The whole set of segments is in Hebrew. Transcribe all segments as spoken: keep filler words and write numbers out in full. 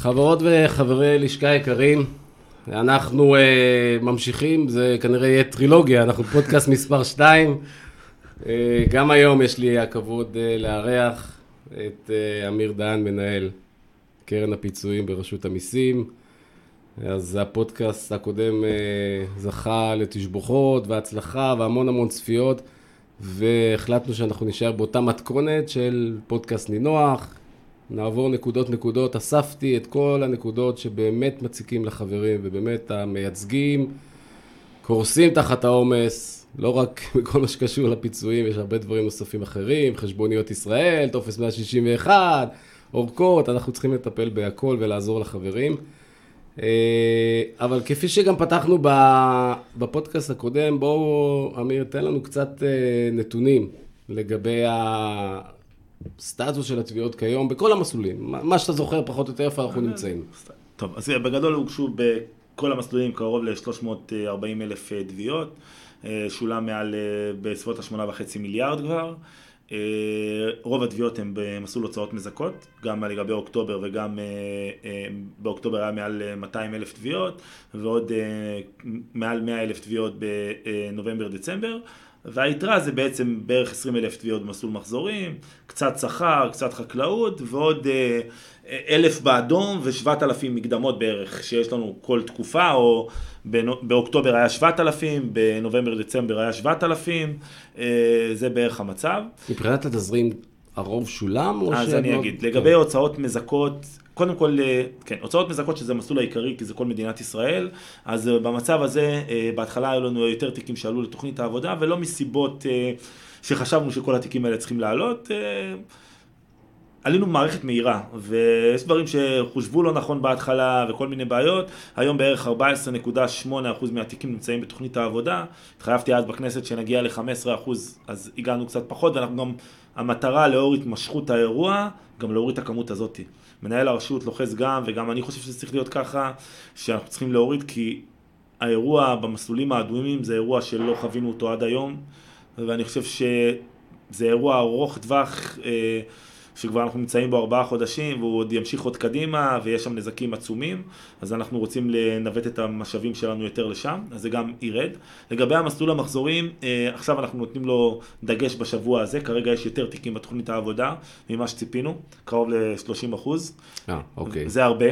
חברות וחברי לשכה יקרים, אנחנו uh, ממשיכים, זה כנראה יהיה טרילוגיה, אנחנו פודקאסט מספר שתיים. Uh, גם היום יש לי הכבוד uh, לארח את uh, אמיר דהן, מנהל קרן הפיצויים ברשות המיסים. אז הפודקאסט הקודם uh, זכה לתשבחות והצלחה והמון המון צפיות, והחלטנו שאנחנו נשאר באותה מתכונת של פודקאסט נינוח. נעבור נקודות נקודות, אספתי את כל הנקודות שבאמת מציקים לחברים ובאמת המייצגים קורסים תחת העומס, לא רק בכל מה שקשור לפיצויים, יש הרבה דברים נוספים אחרים, חשבוניות ישראל, טופס מאה שישים ואחת, אורכות, אנחנו צריכים לטפל בהכל ולעזור לחברים. אבל כפי שגם פתחנו בפודקאסט הקודם, בואו אמיר, תן לנו קצת נתונים לגבי ה... סטטוס של התביעות כיום, בכל המסלולים. מה שאתה זוכר פחות או יותר איפה אנחנו נמצאים. טוב, אז בגדול הוגשו בכל המסלולים קרוב ל-שלוש מאות וארבעים אלף תביעות, שולם מעל בסביבות ה-שמונה וחצי מיליארד כבר. רוב התביעות הן במסלול הוצאות מזכות, גם לגבי אוקטובר וגם באוקטובר היה מעל מאתיים אלף תביעות, ועוד מעל מאה אלף תביעות בנובמבר-דצמבר. והיתרה זה בעצם בערך עשרים אלף תביעות במסלול מחזורים, קצת שכר, קצת חקלאות, ועוד אלף באדום ושבעת אלפים מקדמות בערך שיש לנו כל תקופה, או באוקטובר היה שבעת אלפים, בנובמבר דצמבר היה שבעת אלפים, זה בערך המצב. מבחינת התזרים הרוב שולם? אז אני אגיד, לגבי הוצאות מזכות, קודם כל, כן, הוצאות מזכות שזה המסלול העיקרי, כי זה כל מדינת ישראל, אז במצב הזה, בהתחלה היו לנו יותר תיקים שעלו לתוכנית העבודה, ולא מסיבות שחשבנו שכל התיקים האלה צריכים לעלות, עלינו מערכת מהירה, ויש דברים שחושבו לא נכון בהתחלה, וכל מיני בעיות. היום בערך ארבע עשרה נקודה שמונה אחוז מהתיקים נמצאים בתוכנית העבודה, התחייבתי אז בכנסת שנגיע ל-חמישה עשר אחוז, אז הגענו קצת פחות, ואנחנו גם, המטרה לאור התמשכות האירוע, גם להוריד את הכמות הזאת. מנהל הרשות לוחץ גם, וגם אני חושב שזה צריך להיות ככה, שאנחנו צריכים להוריד, כי האירוע במסלולים האדומים זה אירוע שלא חווינו אותו עד היום, ואני חושב שזה אירוע ארוך טווח, שכבר אנחנו נמצאים בו ארבעה חודשים, והוא עוד ימשיך עוד קדימה, ויש שם נזקים עצומים, אז אנחנו רוצים לנווט את המשאבים שלנו יותר לשם, אז זה גם ירד. לגבי המסלול המחזורים, עכשיו אנחנו נותנים לו דגש בשבוע הזה, כרגע יש יותר תיקים בתוכנית העבודה, ממה שציפינו, קרוב ל-שלושים אחוז. אה, אוקיי. זה הרבה.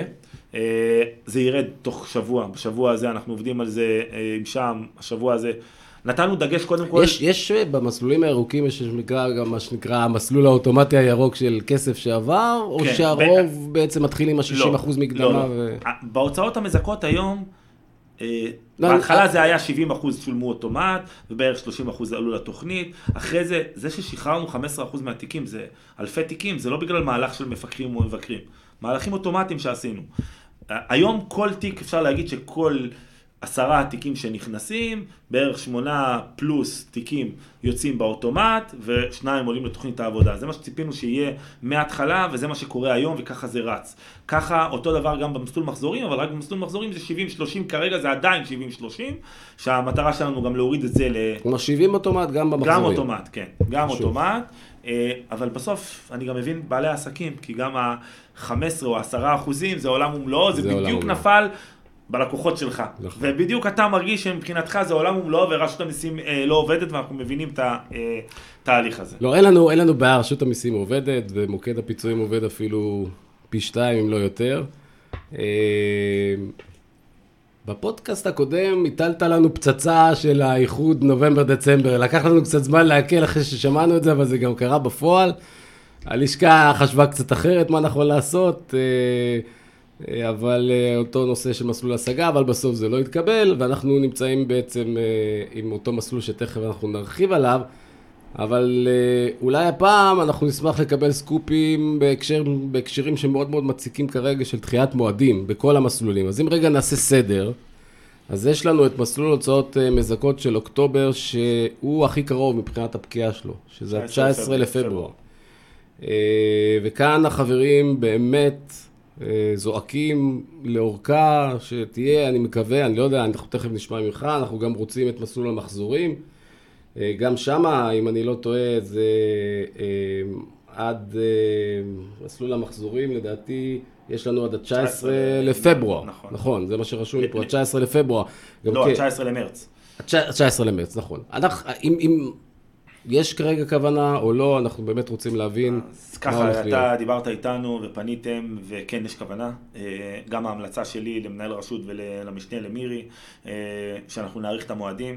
זה ירד תוך שבוע, בשבוע הזה אנחנו עובדים על זה עם שם, השבוע הזה, נתנו דגש קודם כל. יש, יש במסלולים הירוקים, יש שנקרא גם מה שנקרא המסלול האוטומטי הירוק של כסף שעבר, או כן, שהרוב ב... בעצם מתחיל עם ה-שישים אחוז לא, מקדמה? לא, ו... לא. בהוצאות המזכות היום, לא, בהתחלה לא... זה היה שבעים אחוז שולמו אוטומט, ובערך שלושים אחוז עלו לתוכנית. אחרי זה, זה ששחררנו חמישה עשר אחוז מהתיקים, זה אלפי תיקים, זה לא בגלל מהלך של מפקחים או מבקרים. מהלכים אוטומטיים שעשינו. היום כל תיק, אפשר להגיד שכל... עשרה תיקים שנכנסים, בערך שמונה פלוס תיקים יוצאים באוטומט, ושניים עולים לתוכנית העבודה. זה מה שציפינו שיהיה מההתחלה, וזה מה שקורה היום, וככה זה רץ. ככה אותו דבר גם במסלול מחזורים, אבל רק במסלול מחזורים זה שבעים שלושים, כרגע זה עדיין שבעים שלושים, שהמטרה שלנו גם להוריד את זה ל... כלומר שבעים אוטומט גם במחזורים. גם אוטומט, כן. גם חשוב. אוטומט. אבל בסוף אני גם מבין בעלי העסקים, כי גם ה-חמישה עשר או עשרה אחוזים זה עולם ומלואו, זה, זה בדיוק נפל בלקוחות שלך. נכון. ובדיוק אתה מרגיש שמבחינתך זה עולם ומלואו, ורשות המיסים אה, לא עובדת, ואנחנו מבינים את התהליך הזה. לא, אין לנו, אין לנו בעיה, רשות המיסים עובדת, ומוקד הפיצויים עובד אפילו פי שתיים, אם לא יותר. אה, בפודקאסט הקודם הטלת לנו פצצה של האיחוד נובמבר-דצמבר, לקח לנו קצת זמן להקל אחרי ששמענו את זה, אבל זה גם קרה בפועל. הלשכה חשבה קצת אחרת מה נכון לעשות, אה, אבל אותו נושא של מסלול השגה, אבל בסוף זה לא התקבל, ואנחנו נמצאים בעצם עם אותו מסלול שתכף אנחנו נרחיב עליו, אבל אולי הפעם אנחנו נשמח לקבל סקופים בהקשר, בהקשרים שמאוד מאוד מציקים כרגע של דחיית מועדים בכל המסלולים. אז אם רגע נעשה סדר, אז יש לנו את מסלול הוצאות מזכות של אוקטובר, שהוא הכי קרוב מבחינת הפקיעה שלו, שזה ה-תשעה עשר לפברואר. וכאן החברים באמת זועקים לאורכה שתהיה, אני מקווה, אני לא יודע, אנחנו תכף נשמע ממך, אנחנו גם רוצים את מסלול המחזורים, גם שמה, אם אני לא טועה, זה עד מסלול המחזורים, לדעתי, יש לנו עד ה-תשעה עשרה לפברואר, נכון. נכון, זה מה שרשום לי פה, ה-תשעה עשרה לפברואר. לא, ה-תשעה עשרה למרץ. ה-תשעה עשרה למרץ, נכון. אנחנו, אם, אם יש כרגע כוונה או לא, אנחנו באמת רוצים להבין מה הולך להיות. אז ככה, אתה דיברת איתנו ופניתם, וכן יש כוונה. גם ההמלצה שלי למנהל רשות ולמשנה למירי, שאנחנו נאריך את המועדים.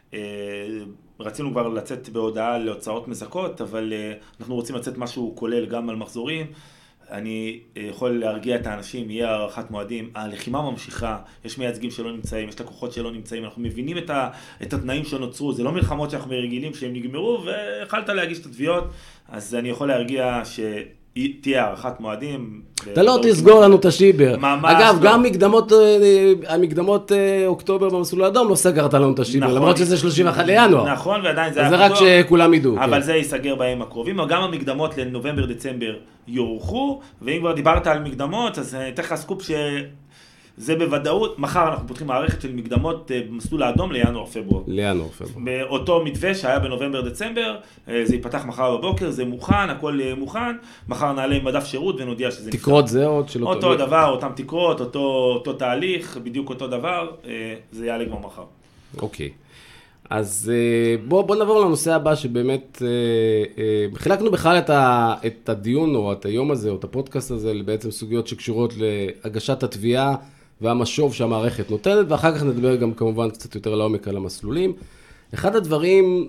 רצינו כבר לצאת בהודעה להוצאות מזכות, אבל אנחנו רוצים לצאת משהו כולל גם על מחזורים. אני יכול להרגיע את האנשים, יהיה הערכת מועדים, הלחימה ממשיכה, יש מייצגים שלא נמצאים, יש לקוחות שלא נמצאים, אנחנו מבינים את, ה, את התנאים שנוצרו, זה לא מלחמות שאנחנו רגילים שהם נגמרו, והחלת להגיש את התביעות, אז אני יכול להרגיע שתהיה הערכת מועדים. אתה לא תסגור לנו את השיבר. אגב, גם מקדמות, המקדמות אוקטובר במסלול האדום לא סגרת לנו את השיבר, למרות שזה שלושים ואחד לינואר. נכון, ועדיין זה היה פתוח. אז זה רק שכולם ידעו. אבל זה ייסגר בימים הקרובים, גם המקדמות לנובמבר דצמבר יורחו, ואם כבר דיברת על מקדמות, אז אני אתן לך סקופ שזה בוודאות, מחר אנחנו פותחים מערכת של מקדמות במסלול האדום לינואר פברואר. לינואר פברואר. באותו מתווה שהיה בנובמבר דצמבר, זה ייפתח מחר בבוקר, זה מוכן, הכל מוכן, מחר נעלה עם מדף שירות ונודיע שזה נפתח. תקרות זה עוד שלא אותו תוריד. דבר, אותם תקרות, אותו, אותו תהליך, בדיוק אותו דבר, זה יעלה כבר מחר. אוקיי. אז בוא, בוא נעבור לנושא הבא שבאמת חילקנו בכלל את, ה, את הדיון או את היום הזה או את הפודקאסט הזה בעצם סוגיות שקשורות להגשת התביעה והמשוב שהמערכת נותנת, ואחר כך נדבר גם כמובן קצת יותר לעומק על המסלולים. אחד הדברים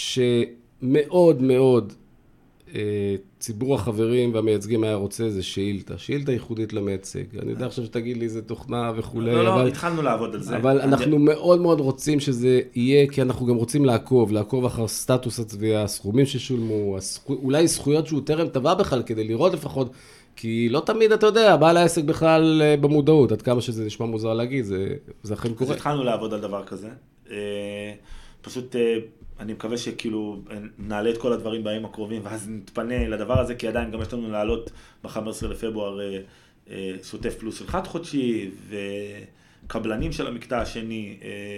שמאוד מאוד ציבור החברים והמייצגים היה רוצה זה שאילתה, שאילתה ייחודית למייצג. אני יודע עכשיו שתגיד לי זה תוכנה וכולי. לא, לא, התחלנו לעבוד על זה. אבל אנחנו מאוד מאוד רוצים שזה יהיה, כי אנחנו גם רוצים לעקוב, לעקוב אחר סטטוס התביעה, הסכומים ששולמו, אולי זכויות שהוא טרם טבע בכלל, כדי לראות לפחות, כי לא תמיד, אתה יודע, בעל העסק בכלל במודעות, עד כמה שזה נשמע מוזר להגיד, זה אכן קורה. אז התחלנו לעבוד על דבר כזה. פשוט אני מקווה שכאילו נעלה את כל הדברים בימים הקרובים, ואז נתפנה לדבר הזה, כי עדיין גם יש לנו לעלות ב-חמישה עשר לפברואר שוטף פלוס של חד חודשי, וקבלנים של המקטע השני.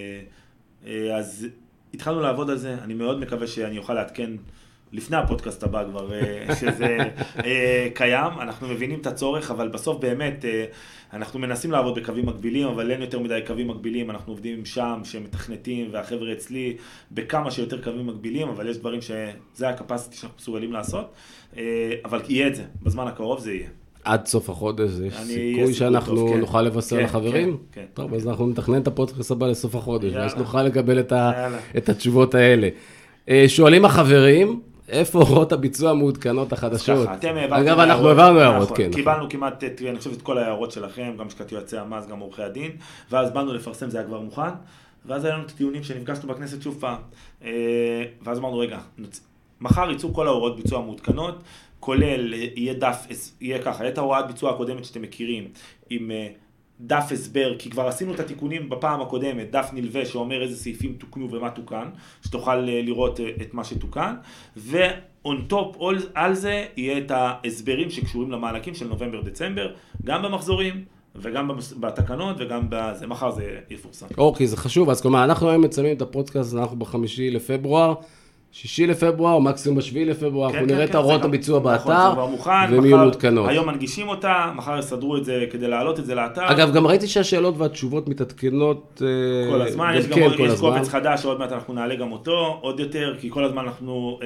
אז התחלנו לעבוד על זה, אני מאוד מקווה שאני אוכל לעדכן לפני הפודקאסט הבא כבר, שזה קיים. אנחנו מבינים את הצורך, אבל בסוף באמת אנחנו מנסים לעבוד בקווים מקבילים, אבל אין יותר מדי קווים מקבילים, אנחנו עובדים שם שמתכנתים, והחבר'ה אצלי בכמה שיותר קווים מקבילים, אבל יש דברים שזה הקפסיטי שאנחנו מסוגלים לעשות, אבל יהיה את זה, בזמן הקרוב זה יהיה. עד סוף החודש, יש סיכוי שאנחנו טוב, נוכל לבשר כן, לחברים? כן, כן. טוב, אז אנחנו נתכנן את הפודקאסט הבא לסוף החודש, ואז נוכל לקבל את, ה... את התשובות האלה. שואלים החברים, איפה הוראות הביצוע המעודכנות החדשות? אגב, אנחנו העברנו הערות, כן. קיבלנו כמעט, אני חושב, את כל ההערות שלכם, גם שקט יועצי המס, גם עורכי הדין, ואז באנו לפרסם, זה היה כבר מוכן, ואז היה לנו את הטיעונים שנפגשנו בכנסת שוב פעם, ואז אמרנו, רגע, מחר ייצאו כל ההוראות ביצוע המעודכנות, כולל, יהיה דף, יהיה ככה, יהיה את ההוראת ביצוע הקודמת שאתם מכירים, עם דף הסבר, כי כבר עשינו את התיקונים בפעם הקודמת, דף נלווה שאומר איזה סעיפים תוקנו ומה תוקן, שתוכל לראות את מה שתוקן, ו-on top על זה יהיה את ההסברים שקשורים למענקים של נובמבר-דצמבר, גם במחזורים וגם בתקנות וגם בזה, מחר זה יפורסם. אוקיי, זה חשוב, אז כלומר, אנחנו היום מצלמים את הפודקאסט, אנחנו בחמישי לפברואר, שישי לפברואר, מקסימום בשביעי לפברואר, אנחנו נראה את ההוראות הביצוע באתר, והם יהיו מותקנות. היום מנגישים אותה, מחר יסדרו את זה כדי להעלות את זה לאתר. אגב, גם ראיתי שהשאלות והתשובות מתעדכנות כל הזמן, יש גם קובץ חדש, שעוד מעט אנחנו נעלה גם אותו, עוד יותר, כי כל הזמן אנחנו,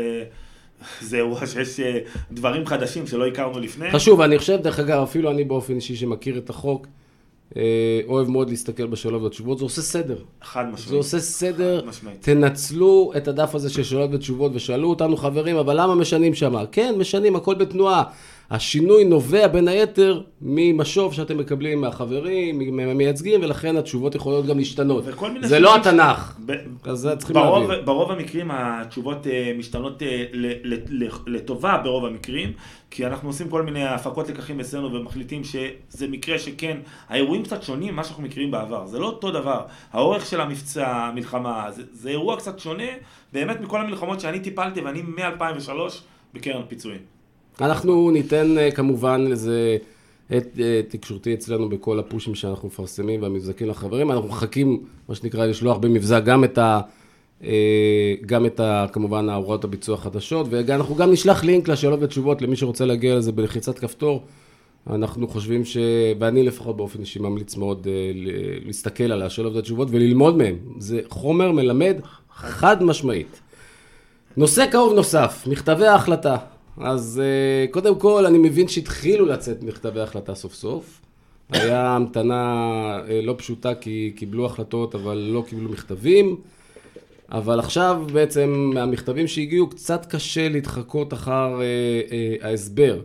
זה אירוע שיש דברים חדשים שלא הכרנו לפני. חשוב, אני חושב, דרך אגב, אפילו אני באופן אישי שמכיר את החוק, אוהב מאוד להסתכל בשאלות והתשובות, זה עושה סדר. חד משמעית. זה עושה סדר, תנצלו את הדף הזה של שאלות ותשובות, ושאלו אותנו חברים, אבל למה משנים שם? כן, משנים, הכל בתנועה. השינוי נובע בין היתר ממשוב שאתם מקבלים מהחברים, מהמייצגים, ולכן התשובות יכולות גם להשתנות. זה לא התנ"ך. ב- אז זה צריכים ברוב, להבין. ברוב המקרים התשובות משתנות לטובה ברוב המקרים, כי אנחנו עושים כל מיני הפקות לקחים אצלנו ומחליטים שזה מקרה שכן, האירועים קצת שונים מה שאנחנו מכירים בעבר. זה לא אותו דבר. האורך של המבצע, המלחמה, זה, זה אירוע קצת שונה, באמת מכל המלחמות שאני טיפלתי, ואני מ-אלפיים ושלוש בקרן פיצויים. אנחנו ניתן כמובן לזה תקשורתי אצלנו בכל הפושים שאנחנו מפרסמים והמבזקים לחברים. אנחנו מחכים, מה שנקרא, לשלוח במבזק גם את ה... גם את ה... כמובן ההוראות הביצוע החדשות, ואנחנו גם נשלח לינק לשאלות ותשובות למי שרוצה להגיע לזה בלחיצת כפתור. אנחנו חושבים ש... ואני לפחות באופן אישי ממליץ מאוד להסתכל על השאלות והתשובות וללמוד מהם. זה חומר מלמד חד משמעית. נושא כאוב נוסף, מכתבי ההחלטה. אז קודם כל אני מבין שהתחילו לצאת מכתבי ההחלטה סוף סוף. היה המתנה לא פשוטה כי קיבלו החלטות אבל לא קיבלו מכתבים. אבל עכשיו בעצם מהמכתבים שהגיעו קצת קשה להתחקות אחר ההסבר.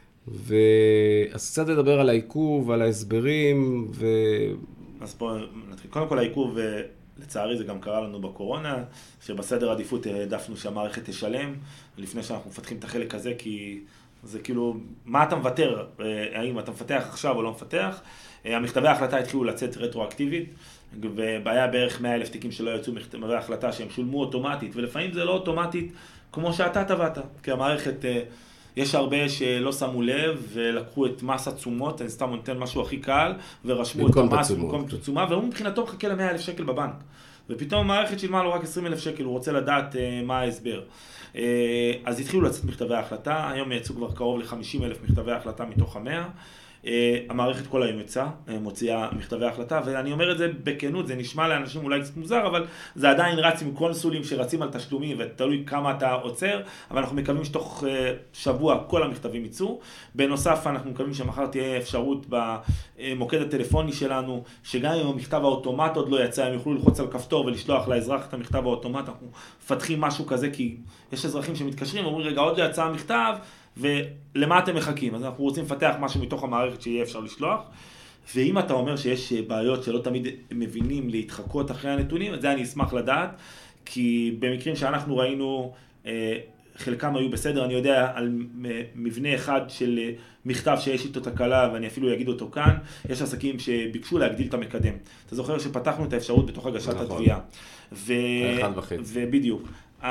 אז קצת לדבר על העיכוב, על ההסברים, ו... אז פה נתחיל. קודם כל העיכוב, לצערי זה גם קרה לנו בקורונה, שבסדר עדיפות העדפנו שהמערכת תשלם, לפני שאנחנו מפתחים את החלק הזה, כי זה כאילו, מה אתה מוותר? האם אתה מפתח עכשיו או לא מפתח? המכתבי ההחלטה התחילו לצאת רטרואקטיבית, ובעיה בערך מאה אלף תיקים שלא יצאו מכתבי ההחלטה שהם שולמו אוטומטית, ולפעמים זה לא אוטומטית כמו שאתה טבעת, כי המערכת... יש הרבה שלא שמו לב ולקחו את מס התשומות, אני סתם נותן משהו הכי קל, ורשמו את המס במקום תשומה, והוא מבחינתו מחכה ל-מאה אלף שקל בבנק. ופתאום המערכת שילמה לו רק עשרים אלף שקל, הוא רוצה לדעת uh, מה ההסבר. Uh, אז התחילו לצאת מכתבי ההחלטה, היום יצאו כבר קרוב ל-חמישים אלף מכתבי ההחלטה מתוך ה-מאה. Uh, המערכת כל היום יצאה, uh, מוציאה מכתבי ההחלטה, ואני אומר את זה בכנות, זה נשמע לאנשים אולי קצת מוזר, אבל זה עדיין רץ עם קונסולים שרצים על תשלומים, ותלוי כמה אתה עוצר, אבל אנחנו מקווים שתוך uh, שבוע כל המכתבים יצאו. בנוסף, אנחנו מקווים שמחר תהיה אפשרות במוקד הטלפוני שלנו, שגם אם המכתב האוטומט עוד לא יצא, הם יוכלו ללחוץ על כפתור ולשלוח לאזרח את המכתב האוטומט. אנחנו מפתחים משהו כזה, כי יש אזרחים שמתקשרים, אומרים, רגע, עוד לא יצא המכתב, ולמה אתם מחכים? אז אנחנו רוצים לפתח משהו מתוך המערכת שיהיה אפשר לשלוח. ואם אתה אומר שיש בעיות שלא תמיד מבינים להתחקות אחרי הנתונים, את זה אני אשמח לדעת, כי במקרים שאנחנו ראינו, חלקם היו בסדר. אני יודע על מבנה אחד של מכתב שיש איתו תקלה, ואני אפילו אגיד אותו כאן. יש עסקים שביקשו להגדיל את המקדם. אתה זוכר שפתחנו את האפשרות בתוך הגשת התביעה. אחד וחצי. ובדיוק.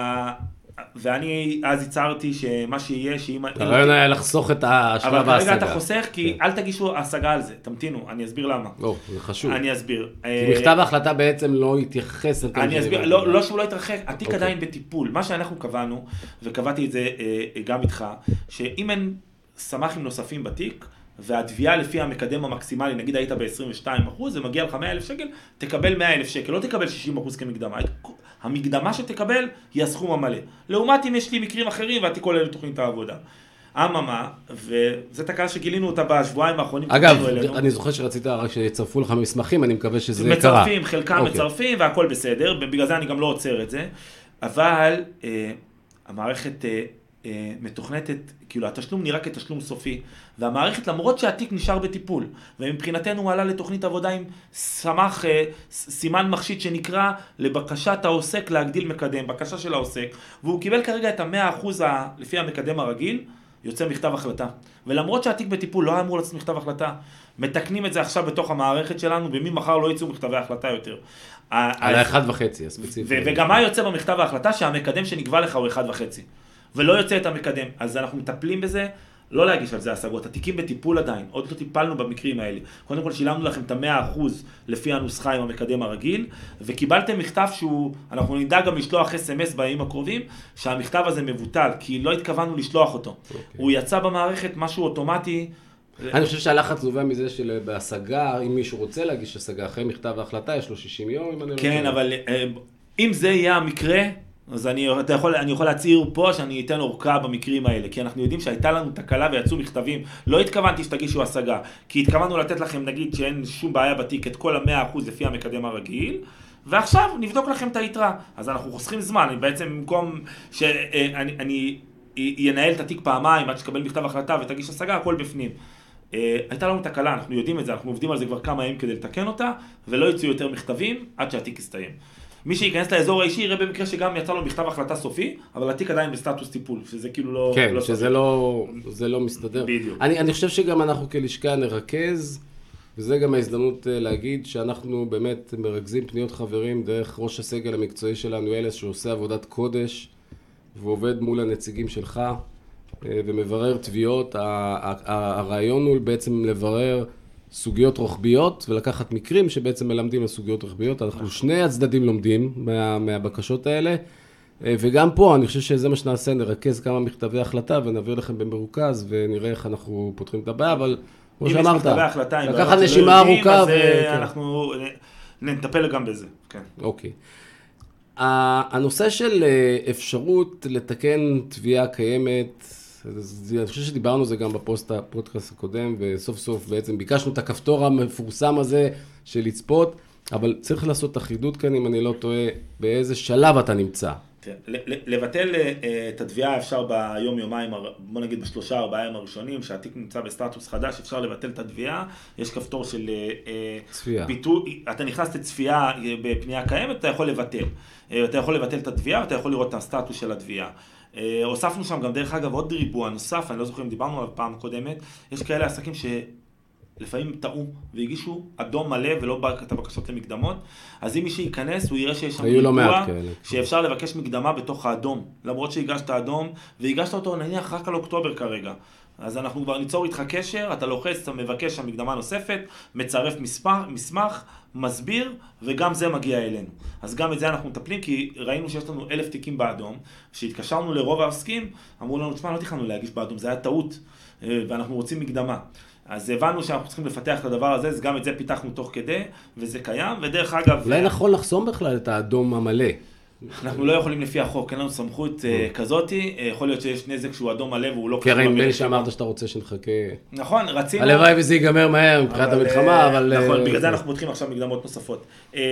ואני אז הצהרתי שמה שיהיה, שאם... הרעיון היה לחסוך את השלב ההשגה. אבל כרגע אתה חוסך, כי אל תגישו השגה על זה, תמתינו, אני אסביר למה. לא, זה חשוב. אני אסביר. כי מכתב ההחלטה בעצם לא יתייחס... אני אסביר, לא שהוא לא יתרחק, התיק עדיין בטיפול. מה שאנחנו קבענו, וקבעתי את זה גם איתך, שאם אין סמכים נוספים בתיק, והתביעה לפי המקדם המקסימלי, נגיד היית ב-עשרים ושתיים אחוז, זה מגיע לך מאה אלף שקל, תקבל מאה אלף שקל, לא תקבל שישים אחוז כמקדמה. המקדמה שתקבל היא הסכום המלא. לעומת אם יש לי מקרים אחרים, והתיק עולה לתוכנית העבודה. אממה, וזו תקלה שגילינו אותה בשבועיים האחרונים. אגב, אני זוכר שרצית רק שיצרפו לך מסמכים, אני מקווה שזה קרה. מצרפים, חלקם מצרפים, והכל בסדר, בגלל זה אני גם לא עוצר את זה. אבל המערכת... מתוכנתת, כאילו התשלום נראה כתשלום סופי, והמערכת למרות שהתיק נשאר בטיפול, ומבחינתנו הוא עלה לתוכנית עבודה עם סמך, סימן מחשיד שנקרא לבקשת העוסק להגדיל מקדם, בקשה של העוסק, והוא קיבל כרגע את ה-מאה אחוז לפי המקדם הרגיל, יוצא מכתב החלטה. ולמרות שהתיק בטיפול לא אמור לצאת מכתב החלטה, מתקנים את זה עכשיו בתוך המערכת שלנו, וממחר לא יצאו מכתבי החלטה יותר. על האחד וחצי הספציפי. וגם מה יוצא במכתב ההחלטה? שהמקדם שנקבע לך הוא אחד וחצי. ולא יוצא את המקדם. אז אנחנו מטפלים בזה, לא להגיש על זה השגות. התיקים בטיפול עדיין, עוד לא טיפלנו במקרים האלה. קודם כל שילמנו לכם את ה-מאה אחוז לפי הנוסחה עם המקדם הרגיל, וקיבלתם מכתב שהוא, אנחנו נדע גם לשלוח אס אם אס בימים הקרובים, שהמכתב הזה מבוטל, כי לא התכוונו לשלוח אותו. Okay. הוא יצא במערכת משהו אוטומטי. אני חושב שהלחץ נובע מזה שבהשגה, אם מישהו רוצה להגיש השגה אחרי מכתב ההחלטה, יש לו שישים יום, אם אני לא כן, אבל אם זה יהיה המקרה, אז אני, אתה יכול, אני יכול להצהיר פה שאני אתן אורכה במקרים האלה, כי אנחנו יודעים שהייתה לנו תקלה ויצאו מכתבים. לא התכוונתי שתגישו השגה, כי התכוונו לתת לכם, נגיד, שאין שום בעיה בתיק, את כל ה-מאה אחוז לפי המקדם הרגיל, ועכשיו נבדוק לכם את היתרה. אז אנחנו חוסכים זמן, בעצם במקום שאני אני ינהל את התיק פעמיים, עד שתקבל מכתב החלטה ותגיש השגה, הכל בפנים. הייתה לנו תקלה, אנחנו יודעים את זה, אנחנו עובדים על זה כבר כמה ימים כדי לתקן אותה, ולא יצאו יותר מכתבים עד שהתיק יסתיים. מי שייכנס לאזור האישי יראה במקרה שגם יצא לו מכתב החלטה סופי, אבל התיק עדיין בסטטוס טיפול, שזה כאילו לא... כן, לא שזה לא, זה לא מסתדר. בדיוק. אני, אני חושב שגם אנחנו כלשכה נרכז, וזה גם ההזדמנות להגיד שאנחנו באמת מרכזים פניות חברים דרך ראש הסגל המקצועי שלנו, אלס, שעושה עבודת קודש, ועובד מול הנציגים שלך, ומברר תביעות. הרעיון הוא בעצם לברר סוגיות רוחביות, ולקחת מקרים שבעצם מלמדים על סוגיות רוחביות. אנחנו שני הצדדים לומדים מה, מהבקשות האלה, וגם פה אני חושב שזה מה שנעשה, נרכז כמה מכתבי החלטה ונעביר לכם במרוכז, ונראה איך אנחנו פותחים את הבעיה, אבל כמו שאמרת, לקחת נשימה ארוכה, אז אנחנו נטפל גם בזה. אוקיי. הנושא של אפשרות לתקן תביעה קיימת, אני חושב שדיברנו על זה גם בפודקאסט הקודם, וסוף סוף בעצם ביקשנו את הכפתור המפורסם הזה של לצפות, אבל צריך לעשות אחידות כאן, אם אני לא טועה, באיזה שלב אתה נמצא. לבטל את התביעה אפשר ביום יומיים, בוא נגיד בשלושה ארבעה ימים הראשונים, שהתיק נמצא בסטטוס חדש, אפשר לבטל את התביעה, יש כפתור של צפייה. ביטוי, אתה נכנס לצפייה בפנייה קיימת, אתה יכול לבטל. אתה יכול לבטל את התביעה, ואתה יכול לראות את הסטטוס של התביעה. הוספנו שם גם דרך אגב עוד ריבוע נוסף, אני לא זוכר אם דיברנו עליו פעם קודמת, יש כאלה עסקים שלפעמים טעו והגישו אדום מלא ולא את הבקשות למקדמות, אז אם מי שייכנס הוא יראה שיש שם ריבוע שאפשר לבקש מקדמה בתוך האדום, למרות שהגשת האדום והגשת אותו נניח רק על אוקטובר כרגע. אז אנחנו כבר ניצור איתך קשר, אתה לוחץ, אתה מבקש המקדמה נוספת, מצרף מספר, מסמך, מסביר, וגם זה מגיע אלינו. אז גם את זה אנחנו מטפלים, כי ראינו שיש לנו אלף תיקים באדום, שהתקשרנו לרוב העוסקים, אמרו לנו, תשמע, לא תכננו להגיש באדום, זה היה טעות, ואנחנו רוצים מקדמה. אז הבנו שאנחנו צריכים לפתח את הדבר הזה, אז גם את זה פיתחנו תוך כדי, וזה קיים, ודרך אגב... אולי נכון לחסום בכלל את האדום המלא. אנחנו לא יכולים לפי החוק, אין לנו סמכות כזאת, יכול להיות שיש נזק שהוא אדום מלא והוא לא... קרן, מי שאמרת שאתה רוצה שנחכה... נכון, רצינו... הלוואי וזה ייגמר מהר מבחינת המלחמה, אבל... נכון, בגלל זה אנחנו פותחים עכשיו מקדמות נוספות.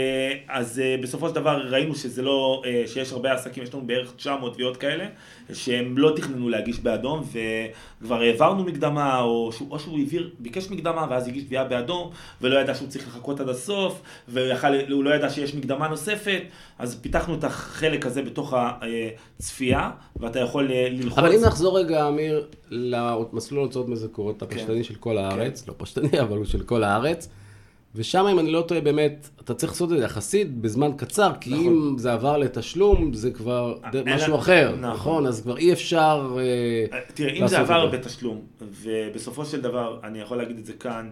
אז בסופו של דבר ראינו שזה לא... שיש הרבה עסקים, יש לנו בערך תשע מאות תביעות כאלה, שהם לא תכננו להגיש באדום, וכבר העברנו מקדמה, או שהוא ביקש מקדמה, ואז הגיש תביעה באדום, ולא ידע שהוא צריך לחכות עד הסוף, והוא לא ידע שיש מקדמה נוספת, אז פיתחנו את החלק הזה בתוך הצפייה, ואתה יכול ללחוץ. אבל אם נחזור רגע, אמיר, למסלול הוצאות מזכות, הפשטני של כל הארץ, לא פשטני, אבל הוא של כל הארץ, ושם אם אני לא טועה באמת, אתה צריך לעשות את זה יחסית בזמן קצר, כי אם זה עבר לתשלום, זה כבר משהו אחר, נכון? אז כבר אי אפשר לעשות את זה. תראה, אם זה עבר בתשלום, ובסופו של דבר, אני יכול להגיד את זה כאן,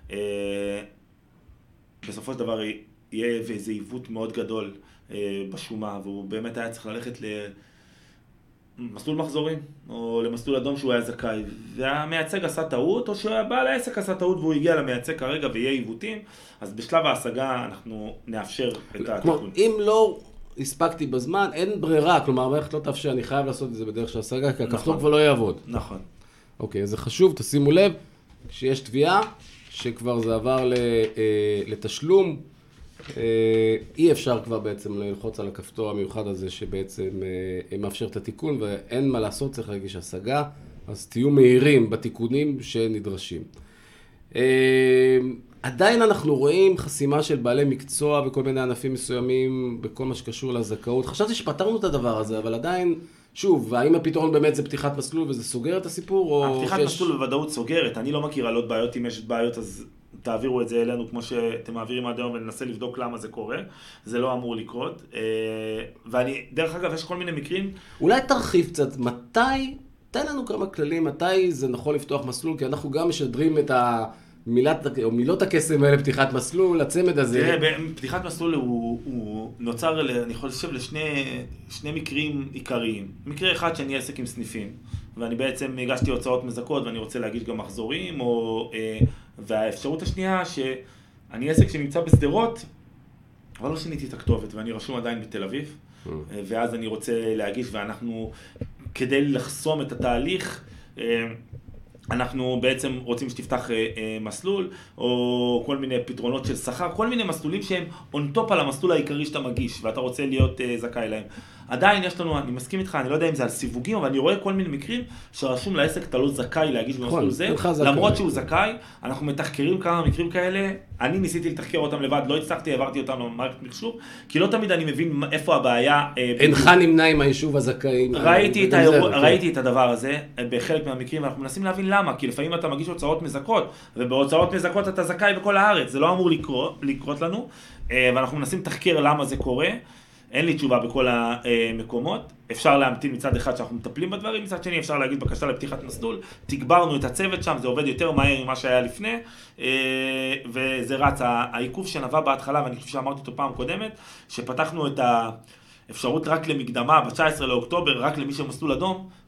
בסופו של דבר יהיה איזה עיוות מאוד גדול, בשומה, והוא באמת היה צריך ללכת למסלול מחזורים, או למסלול אדום שהוא היה זכאי, והמייצג עשה טעות, או שהבעל העסק עשה טעות והוא הגיע למייצג כרגע ויהיה עיוותים, אז בשלב ההשגה אנחנו נאפשר את התיקון. אם לא הספקתי בזמן, אין ברירה, כלומר, המערכת לא תאפשר, אני חייב לעשות את זה בדרך של השגה, כי הכפתור כבר לא יעבוד. נכון. אוקיי, אז זה חשוב, תשימו לב, כשיש תביעה, שכבר זה עבר לתשלום, אי אפשר כבר בעצם ללחוץ על הכפתור המיוחד הזה שבעצם מאפשר את התיקון ואין מה לעשות, צריך להגיש השגה, אז תהיו מהירים בתיקונים שנדרשים. עדיין אנחנו רואים חסימה של בעלי מקצוע וכל מיני ענפים מסוימים בכל מה שקשור לזכאות. חשבתי שפתרנו את הדבר הזה, אבל עדיין, שוב, האם הפתרון באמת זה פתיחת מסלול וזה סוגר את הסיפור? או הפתיחת שיש... מסלול בוודאות סוגרת, אני לא מכיר על עוד בעיות, אם יש בעיות אז... תעבירו את זה אלינו כמו שאתם מעבירים עד היום וננסה לבדוק למה זה קורה. זה לא אמור לקרות. ואני, דרך אגב, יש כל מיני מקרים. אולי תרחיב קצת, מתי, תן לנו כמה כללים, מתי זה נכון לפתוח מסלול, כי אנחנו גם משדרים את המילת, או מילות הקסם האלה, פתיחת מסלול, הצמד הזה. תראה, פתיחת מסלול הוא, הוא נוצר, אני חושב, לשני שני מקרים עיקריים. מקרה אחד שאני עסק עם סניפים, ואני בעצם הגשתי הוצאות מזכות ואני רוצה להגיש גם מחזורים, או... והאפשרות השנייה שאני עסק שנמצא בסדרות, אבל לא שיניתי את הכתובת ואני רשום עדיין בתל אביב, ואז אני רוצה להגיש ואנחנו, כדי לחסום את התהליך, אנחנו בעצם רוצים שתפתח מסלול, או כל מיני פתרונות של שכר, כל מיני מסלולים שהם on top על המסלול העיקרי שאתה מגיש, ואתה רוצה להיות זכאי להם. עדיין יש לנו, אני מסכים איתך, אני לא יודע אם זה על סיווגים, אבל אני רואה כל מיני מקרים שרשום לעסק, אתה לא זכאי להגיש במסלול זה, למרות שהוא זכאי, אנחנו מתחקרים כמה מקרים כאלה, אני ניסיתי לתחקר אותם לבד, לא הצלחתי, העברתי אותם למערכת מחשוב, כי לא תמיד אני מבין איפה הבעיה. אינך נמנע עם היישוב הזכאי. ראיתי את הדבר הזה בחלק מהמקרים, ואנחנו מנסים להבין למה, כי לפעמים אתה מגיש הוצאות מזכות, ובהוצאות מזכות אתה זכאי בכל הארץ, זה לא אמור לקרות לנו, ואנחנו מנסים לתחקר למה זה קורה. אין לי תשובה בכל המקומות, אפשר להמתין מצד אחד שאנחנו מטפלים בדברים, מצד שני אפשר להגיד בקשה לפתיחת מסלול, תגברנו את הצוות שם, זה עובד יותר מהר ממה שהיה לפני, וזה רץ. העיכוב שנבע בהתחלה, ואני חושב שאמרתי אותו פעם קודמת, שפתחנו את האפשרות רק למקדמה ב-תשעה עשר לאוקטובר, רק למי שמסלול אדום,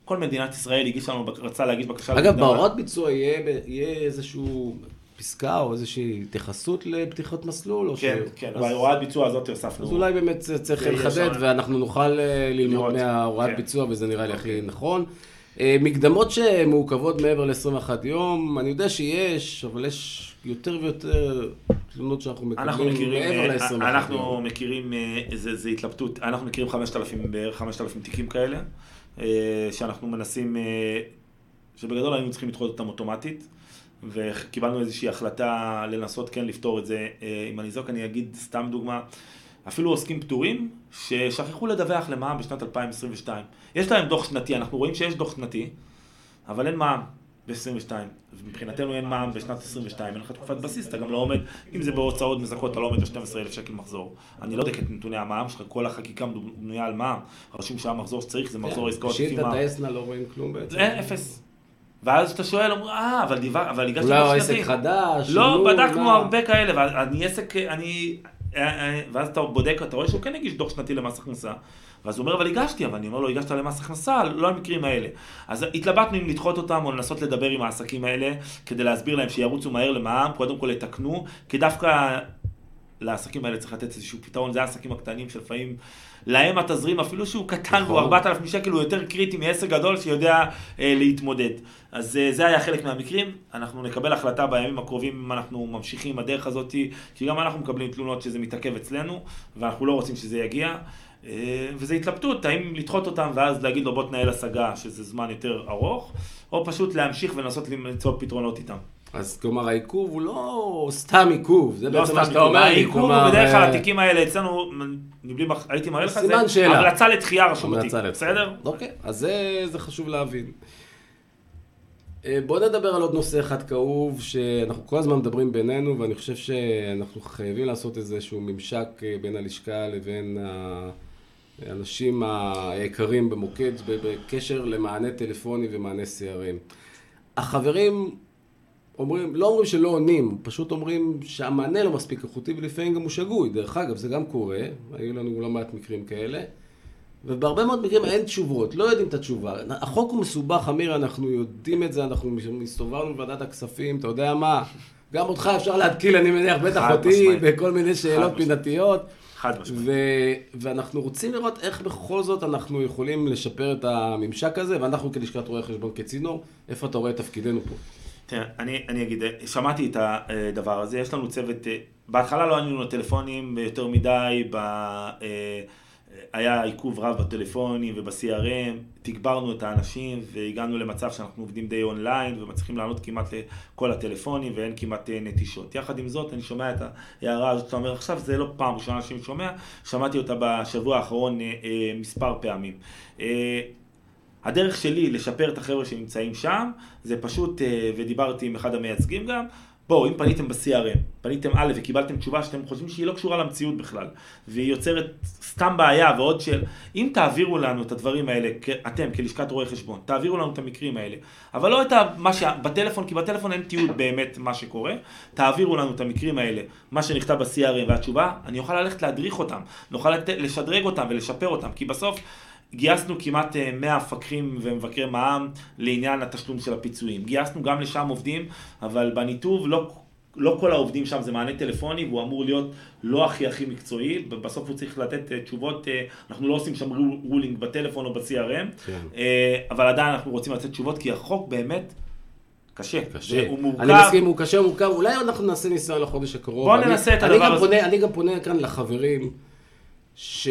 כל מדינת ישראל הגיש לנו, רצה להגיש בקשה. אגב, בהוראות ביצוע יהיה, יהיה איזשהו פסקה או איזושהי התייחסות לפתיחת מסלול? כן, ש... כן, אז... בהוראת ביצוע הזאת הוספנו. אז אולי באמת צריך לחדד, ואנחנו נוכל ללמוד מההוראת כן. ביצוע, וזה נראה לי הכי אוקיי. נכון. מקדמות שמעוכבות מעבר ל-עשרים ואחד יום, אני יודע שיש, אבל יש יותר ויותר תלונות שאנחנו מקבלים מעבר ל-עשרים ואחד אנחנו יום. אנחנו מכירים, זה, זה התלבטות, אנחנו מכירים חמשת אלפים, בערך חמשת אלפים תיקים כאלה, שאנחנו מנסים, שבגדול היינו צריכים לדחות אותם אוטומטית, וקיבלנו איזושהי החלטה לנסות כן לפתור את זה עם הניזוק. אני אגיד סתם דוגמה, אפילו עוסקים פטורים ששכחו לדווח למע"מ בשנת אלפיים עשרים ושתיים. יש להם דוח שנתי, אנחנו רואים שיש דוח שנתי, אבל אין מע"מ ב-עשרים ושתיים. מבחינתנו אין מע"מ בשנת עשרים ושתיים, אין לך תקופת בסיס, אתה גם לא עומד, אם זה בהוצאות מזכות, אתה לא עומד ב-שנים עשר אלף שקל מחזור. אני לא יודע את נתוני המע"מ שלך, כל החקיקה בנויה על מע"מ, רשום שהמחזור שצריך, זה מחזור העסקאות לפי מע"מ. בשיטת האסנה לא רואים כלום בעצם. אין, אפס. ואז אתה שואל, אומר, אה, אבל דיבר, אבל הגשתי אולי דוח הוא שנתי. עסק חדש, לא, בדקנו הרבה כאלה, ואני עסק, אני, ואז אתה בודק, אתה רואה שהוא כן הגיש דוח שנתי למס הכנסה, ואז הוא אומר, אבל הגשתי, אבל אני אומר לו, הגשת למס הכנסה, לא על מקרים האלה. אז התלבטנו אם לדחות אותם, או לנסות לדבר עם העסקים האלה, כדי להסביר להם שירוצו מהר למע"מ, קודם כל לתקנו, כי דווקא לעסקים האלה צריך לתת איזשהו פתרון, זה העסקים הקטנים שלפעמים, להם התזרים אפילו שהוא קטן, והוא ארבעת אלפים שקל, הוא יותר קריטי מעסק גדול שיודע אה, להתמודד. אז אה, זה היה חלק מהמקרים, אנחנו נקבל החלטה בימים הקרובים אם אנחנו ממשיכים הדרך הזאת, כי גם אנחנו מקבלים תלונות שזה מתעכב אצלנו, ואנחנו לא רוצים שזה יגיע, אה, וזה התלבטות, האם לדחות אותם ואז להגיד לו בוא תנהל השגה, שזה זמן יותר ארוך, או פשוט להמשיך ולנסות למצוא פתרונות איתם. אז כלומר, העיכוב הוא לא סתם עיכוב, זה בעצם מה שאתה אומר. העיכוב הוא בדרך כלל התיקים האלה אצלנו, הייתי מראה לך, זה המלצה לתחייה רשומתית, בסדר? אוקיי, אז זה חשוב להבין. בואו נדבר על עוד נושא אחד כאוב, שאנחנו כל הזמן מדברים בינינו, ואני חושב שאנחנו חייבים לעשות איזשהו ממשק בין הלשכה לבין האנשים היקרים במוקד, בקשר למענה טלפוני ומענה סי אר אם. החברים אומרים, לא אומרים שלא עונים, פשוט אומרים שהמענה לא מספיק איכותי ולפעמים גם הוא שגוי. דרך אגב, זה גם קורה, היו לנו לא מעט מקרים כאלה, ובהרבה מאוד מקרים אין תשובות, לא יודעים את התשובה. החוק הוא מסובך, אמיר, אנחנו יודעים את זה, אנחנו מסתובבנו בוועדת הכספים, אתה יודע מה? גם אותך אפשר להתקיל, אני מניח, בטח אותי, בכל מיני שאלות פינתיות. חד משמעית. ואנחנו רוצים לראות איך בכל זאת אנחנו יכולים לשפר את הממשק הזה, ואנחנו כלשכת רואי חשבון כצינור, איפה אתה רואה את תפקידנו פה? תראה, אני, אני אגיד, שמעתי את הדבר הזה, יש לנו צוות, בהתחלה לא ענינו לטלפונים יותר מדי, ב, היה עיכוב רב בטלפונים וב-סי אר אם, תגברנו את האנשים והגענו למצב שאנחנו עובדים די אונליין ומצליחים לענות כמעט לכל הטלפונים ואין כמעט נטישות. יחד עם זאת, אני שומע את ההערה הזאת, אתה אומר, עכשיו זה לא פעם ראשונה שאני שומע, שמעתי אותה בשבוע האחרון מספר פעמים. הדרך שלי לשפר את החבר'ה שנמצאים שם, זה פשוט, ודיברתי עם אחד המייצגים גם, בואו, אם פניתם ב-סי אר אם, פניתם א' וקיבלתם תשובה שאתם חושבים שהיא לא קשורה למציאות בכלל, והיא יוצרת סתם בעיה ועוד של, אם תעבירו לנו את הדברים האלה, אתם כלשכת רואי חשבון, תעבירו לנו את המקרים האלה, אבל לא את מה שבטלפון, כי בטלפון אין תיעוד באמת מה שקורה, תעבירו לנו את המקרים האלה, מה שנכתב ב-סי אר אם והתשובה, אני אוכל ללכת להדריך אותם, נוכל לשדרג אותם ולשפר אותם, כי בסוף גייסנו כמעט מאה מפקחים ומבקרי מע"מ לעניין התשלום של הפיצויים. גייסנו גם לשם עובדים, אבל בניתוב לא, לא כל העובדים שם זה מענה טלפוני, והוא אמור להיות לא הכי הכי מקצועי, בסוף הוא צריך לתת תשובות, אנחנו לא עושים שם רולינג בטלפון או ב-סי אר אם, כן. אבל עדיין אנחנו רוצים לתת תשובות, כי החוק באמת קשה. קשה. הוא מורכב. אני מסכים, הוא קשה, הוא מורכב, אולי אנחנו נעשה ניסיון לחודש הקרוב. בוא ננסה את הדבר הזה. אני גם פונה כאן לחברים, ש...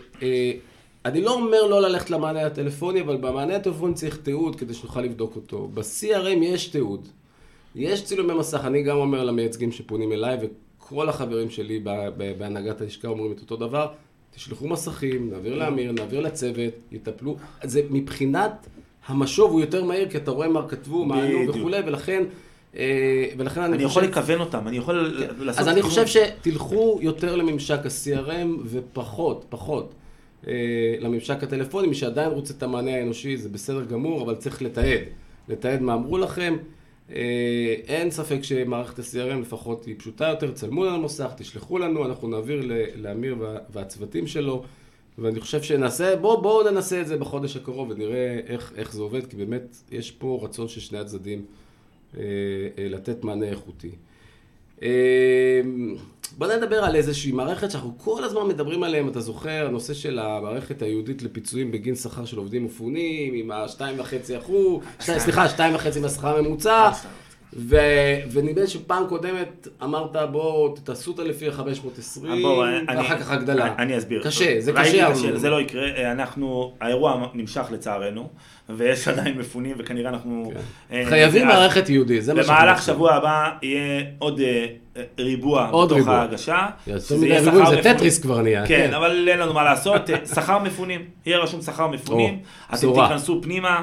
אני לא אומר לא ללכת למענה הטלפוני, אבל במענה הטלפוני צריך תיעוד כדי שנוכל לבדוק אותו. ב-סי אר אם יש תיעוד. יש צילומי מסך, אני גם אומר למייצגים שפונים אליי, וכל החברים שלי בהנהגת הלשכה אומרים את אותו דבר, תשלחו מסכים, נעביר לאמיר, נעביר לצוות, יטפלו. זה מבחינת המשוב הוא יותר מהיר, כי אתה רואה מה כתבו, מה ענו וכו', ולכן... ולכן אני יכול לכוון אותם, אני יכול לעשות... אז אני חושב שתלכו יותר לממשק ה-סי אר אם ופחות, פחות. לממשק הטלפוני, מי שעדיין רוצה את המענה האנושי, זה בסדר גמור, אבל צריך לתעד. לתעד מה אמרו לכם. אין ספק שמערכת ה-סי אר אם לפחות היא פשוטה יותר, צלמו לנו מוסך, תשלחו לנו, אנחנו נעביר לאמיר והצוותים שלו, ואני חושב שנעשה, בואו בוא ננסה את זה בחודש הקרוב ונראה איך, איך זה עובד, כי באמת יש פה רצון של שני הצדדים אה, אה, לתת מענה איכותי. אה, בוא נדבר על איזושהי מערכת שאנחנו כל הזמן מדברים עליהם, אתה זוכר, הנושא של המערכת היהודית לפיצויים בגין שכר של עובדים מפונים, עם ה-שתיים וחצי אחוז, סליחה, שתיים וחצי מהשכר הממוצע, ונדמה שפעם קודמת אמרת, בוא תעשו אותה לפי ה-חמש מאות ועשרים, ואחר כך הגדלה. אני אסביר. קשה, זה קשה. זה לא יקרה, אנחנו, האירוע נמשך לצערנו, ויש עדיין מפונים, וכנראה אנחנו... חייבים מערכת יהודית, זה מה שאנחנו... במהלך שבוע הבא יהיה עוד ריבוע בתוך ההגשה. זה טטריס כבר נהיה. כן, אבל אין לנו מה לעשות. שכר מפונים, יהיה רשום שכר מפונים, אתם תיכנסו פנימה.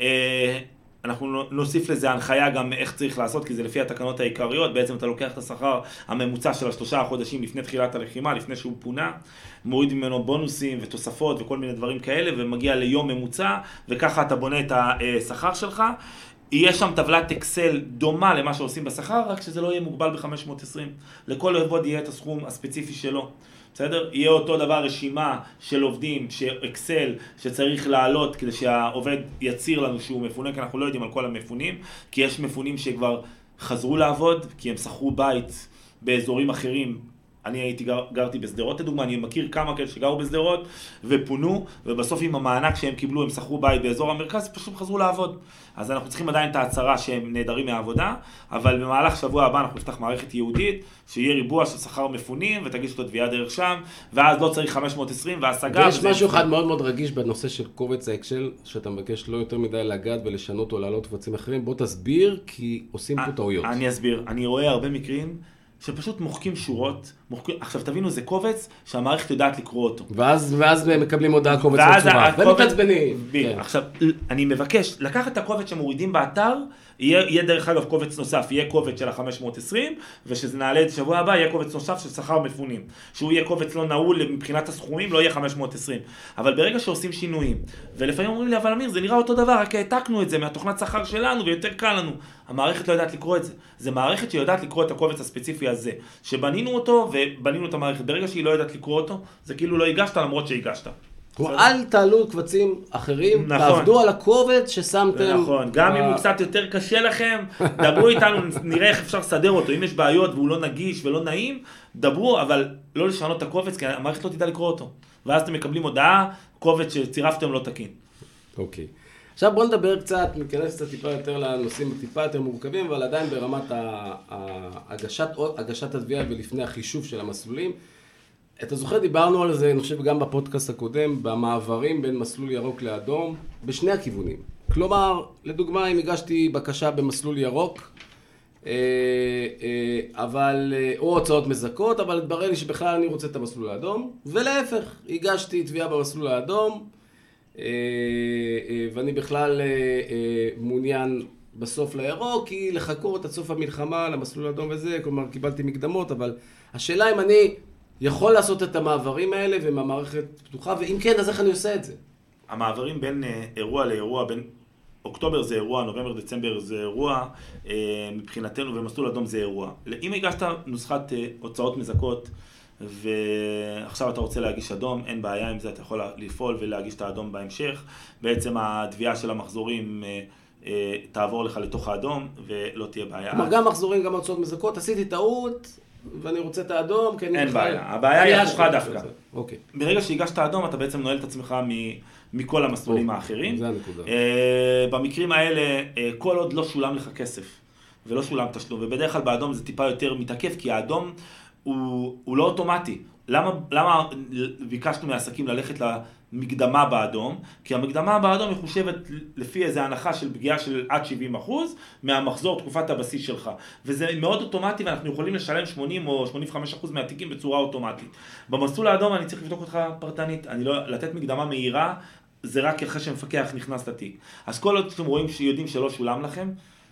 אנחנו נוסיף לזה הנחיה גם איך צריך לעשות, כי זה לפי התקנות העיקריות, בעצם אתה לוקח את השכר הממוצע של השלושה חודשים לפני תחילת הלחימה, לפני שהוא פונה, מוריד ממנו בונוסים ותוספות וכל מיני דברים כאלה, ומגיע ליום ממוצע, וככה אתה בונה את השכר שלך. יהיה שם טבלת אקסל דומה למה שעושים בשכר, רק שזה לא יהיה מוגבל ב-חמש מאות ועשרים. לכל עובד יהיה את הסכום הספציפי שלו. בסדר? יהיה אותו דבר רשימה של עובדים, אקסל שצריך לעלות כדי שהעובד יציר לנו שהוא מפונה, כי אנחנו לא יודעים על כל המפונים, כי יש מפונים שכבר חזרו לעבוד, כי הם שכרו בית באזורים אחרים. אני הייתי גר, גרתי בסדרות, לדוגמה, אני מכיר כמה כאלה שגרו בסדרות ופונו, ובסוף עם המענק שהם קיבלו, הם שכרו בית באזור המרכז, פשוט חזרו לעבוד. אז אנחנו צריכים עדיין את ההצהרה שהם נהדרים מהעבודה, אבל במהלך שבוע הבא אנחנו נפתח מערכת יהודית, שיהיה ריבוע של שכר מפונים, ותגיש לו תביעה דרך שם, ואז לא צריך חמש מאות ועשרים, והשגה... ויש משהו אחד מאוד מאוד רגיש בנושא של קובץ האקסל, שאתה מבקש לא יותר מדי לגעת ולשנות או לעלות קבצים אחרים. בוא תסביר, כי עושים פה טעויות. אני אסביר. אני רואה הרבה מקרים שפשוט מוחקים שורות, מוחקים... עכשיו תבינו, זה קובץ שהמערכת יודעת לקרוא אותו. ואז, ואז מקבלים הודעה קובץ בצורה, ומתעצבנים. כן. עכשיו, אני מבקש לקחת את הקובץ שמורידים באתר, יהיה, יהיה דרך אגב קובץ נוסף, יהיה קובץ של ה-חמש מאות ועשרים, ושזה נעלה את שבוע הבא, יהיה קובץ נוסף של שכר מפונים. שהוא יהיה קובץ לא נעול מבחינת הסכומים, לא יהיה חמש מאות ועשרים. אבל ברגע שעושים שינויים, ולפעמים אומרים לי, אבל אמיר, זה נראה אותו דבר, רק העתקנו את זה מהתוכנת שכר שלנו, ויותר קל לנו. המערכת לא יודעת לקרוא את זה. זה מערכת שיודעת לקרוא את הקובץ הספציפי הזה, שבנינו אותו ובנינו את המערכת. ברגע שהיא לא יודעת לקרוא אותו, זה כאילו לא הגשת למרות שהגשת. אל תעלו קבצים אחרים, תעבדו על הקובץ ששמתם. נכון, גם אם הוא קצת יותר קשה לכם, דברו איתנו, נראה איך אפשר לסדר אותו. אם יש בעיות והוא לא נגיש ולא נעים, דברו, אבל לא לשנות את הקובץ, כי המערכת לא תדע לקרוא אותו. ואז אתם מקבלים הודעה, קובץ שצירפתם לא תקין. אוקיי. עכשיו בואו נדבר קצת, ניכנס קצת טיפה יותר לנושאים טיפה יותר מורכבים, אבל עדיין ברמת הגשת, הגשת התביעה ולפני החישוב של המסלולים. אתה זוכר, דיברנו על זה, אני חושב גם בפודקאסט הקודם, במעברים בין מסלול ירוק לאדום, בשני הכיוונים. כלומר, לדוגמה, אם הגשתי בקשה במסלול ירוק, אבל, או הוצאות מזכות, אבל התברר לי שבכלל אני רוצה את המסלול האדום, ולהפך, הגשתי תביעה במסלול האדום, ואני בכלל מעוניין בסוף לירוק, כי לחכות עד סוף המלחמה למסלול האדום וזה, כלומר קיבלתי מקדמות, אבל השאלה אם אני יכול לעשות את המעברים האלה ומהמערכת פתוחה, ואם כן, אז איך אני עושה את זה? המעברים בין אירוע לאירוע, בין אוקטובר זה אירוע, נובמבר, דצמבר זה אירוע, מבחינתנו ומסלול אדום זה אירוע. אם הגשת נוסחת הוצאות מזכות, ועכשיו אתה רוצה להגיש אדום, אין בעיה עם זה, אתה יכול לפעול ולהגיש את האדום בהמשך. בעצם התביעה של המחזורים תעבור לך לתוך האדום ולא תהיה בעיה. כלומר, גם מחזורים, גם הוצאות מזכות, עשיתי טעות ואני רוצה את האדום. אין בעיה, הבעיה היא הפוכה דווקא. אוקיי. ברגע שהגשת האדום, אתה בעצם נועל את עצמך מכל המסלולים האחרים. זה הנקודה. במקרים האלה, כל עוד לא שולם לך כסף ולא שולם תשלום, ובדרך כלל באדום זה טיפה יותר מתעכב, כי האדום הוא, הוא לא אוטומטי. למה, למה ביקשנו מהעסקים ללכת למקדמה באדום? כי המקדמה באדום מחושבת לפי איזו הנחה של פגיעה של עד שבעים אחוז מהמחזור תקופת הבסיס שלך. וזה מאוד אוטומטי, ואנחנו יכולים לשלם שמונים או שמונים וחמישה אחוז מהתיקים בצורה אוטומטית. במסלול האדום אני צריך לבדוק אותך פרטנית. אני לא, לתת מקדמה מהירה, זה רק אחרי שמפקח נכנס לתיק. אז כל עוד שאתם רואים שיודעים שלא שולם לכם,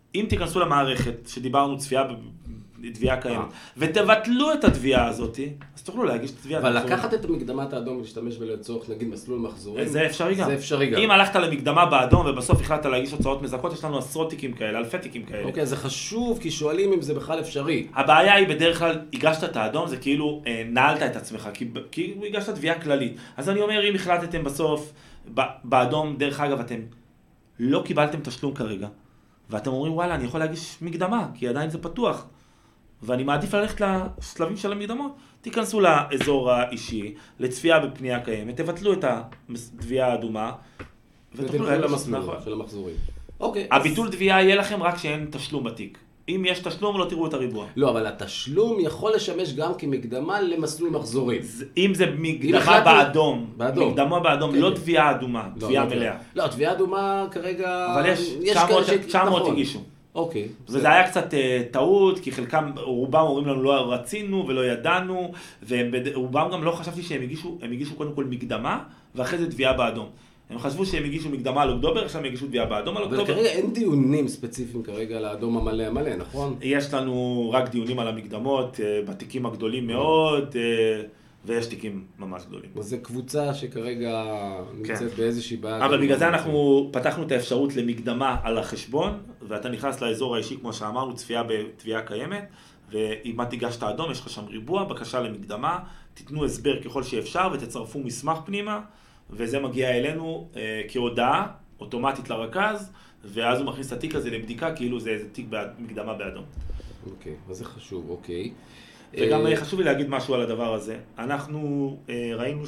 אם תיכנסו למערכת שדיברנו צפייה תביעה קיימת, ותבטלו את התביעה הזאת, אז תוכלו להגיש את התביעה. אבל לקחת את המקדמת האדום ולהשתמש ולצורך, נגיד, מסלול מחזורים, זה אפשרי גם. זה אפשרי גם. אם הלכת למקדמה באדום ובסוף החלטת להגיש הוצאות מזכות, יש לנו עשרות תיקים כאלה, אלפי תיקים כאלה. אוקיי, זה חשוב, כי שואלים אם זה בכלל אפשרי. הבעיה היא בדרך כלל, הגשת את האדום, זה כאילו נעלת את עצמך, כי, כי הגשת תביעה כללית. אז אני אומר, אם החלטתם בסוף, באדום, דרך אגב, אתם לא קיבלתם תשלום כרגע, ואתם אומרים, וואלה, אני יכול להגיש מקדמה, כי עדיין זה פתוח. ואני מעדיף ללכת לשלבים של המקדמות, תיכנסו לאזור האישי, לצפייה בפנייה קיימת, תבטלו את התביעה האדומה, ותלכו למסלול של המחזורים. אוקיי. הביטול תביעה יהיה לכם רק שאין תשלום בתיק. אם יש תשלום, לא תראו את הריבוע. לא, אבל התשלום יכול לשמש גם כמקדמה למסלול מחזורים. אם זה מקדמה באדום, מקדמה באדום, לא תביעה אדומה, תביעה מלאה. לא, תביעה אדומה כרגע... אבל יש תשע מאות הגישו. אוקיי. וזה היה קצת טעות, כי חלקם, רובם אומרים לנו לא רצינו ולא ידענו, ורובם גם לא חשבתי שהם הגישו, הם הגישו קודם כל מקדמה, ואחרי זה תביעה באדום. הם חשבו שהם הגישו מקדמה על אוקטובר, עכשיו הם הגישו תביעה באדום על אוקטובר. אבל כרגע אין דיונים ספציפיים כרגע על האדום המלא המלא, נכון? יש לנו רק דיונים על המקדמות, בתיקים הגדולים מאוד, ויש תיקים ממש גדולים. וזו קבוצה שכרגע נמצאת באיזושהי בעיה. אבל בגלל זה אנחנו פתחנו את האפשרות למקדמה על החשבון, ואתה נכנס לאזור האישי, כמו שאמרנו, צפייה בתביעה קיימת, ואם את תיגש את האדום, יש לך שם ריבוע, בקשה למקדמה, תיתנו הסבר ככל שאפשר ותצרפו מסמך פנימה, וזה מגיע אלינו אה, כהודעה אוטומטית לרכז, ואז הוא מכניס את התיק הזה לבדיקה, כאילו זה איזה תיק מקדמה באדום. אוקיי, אז זה חשוב, אוקיי. וגם אה... חשוב לי להגיד משהו על הדבר הזה. אנחנו אה, ראינו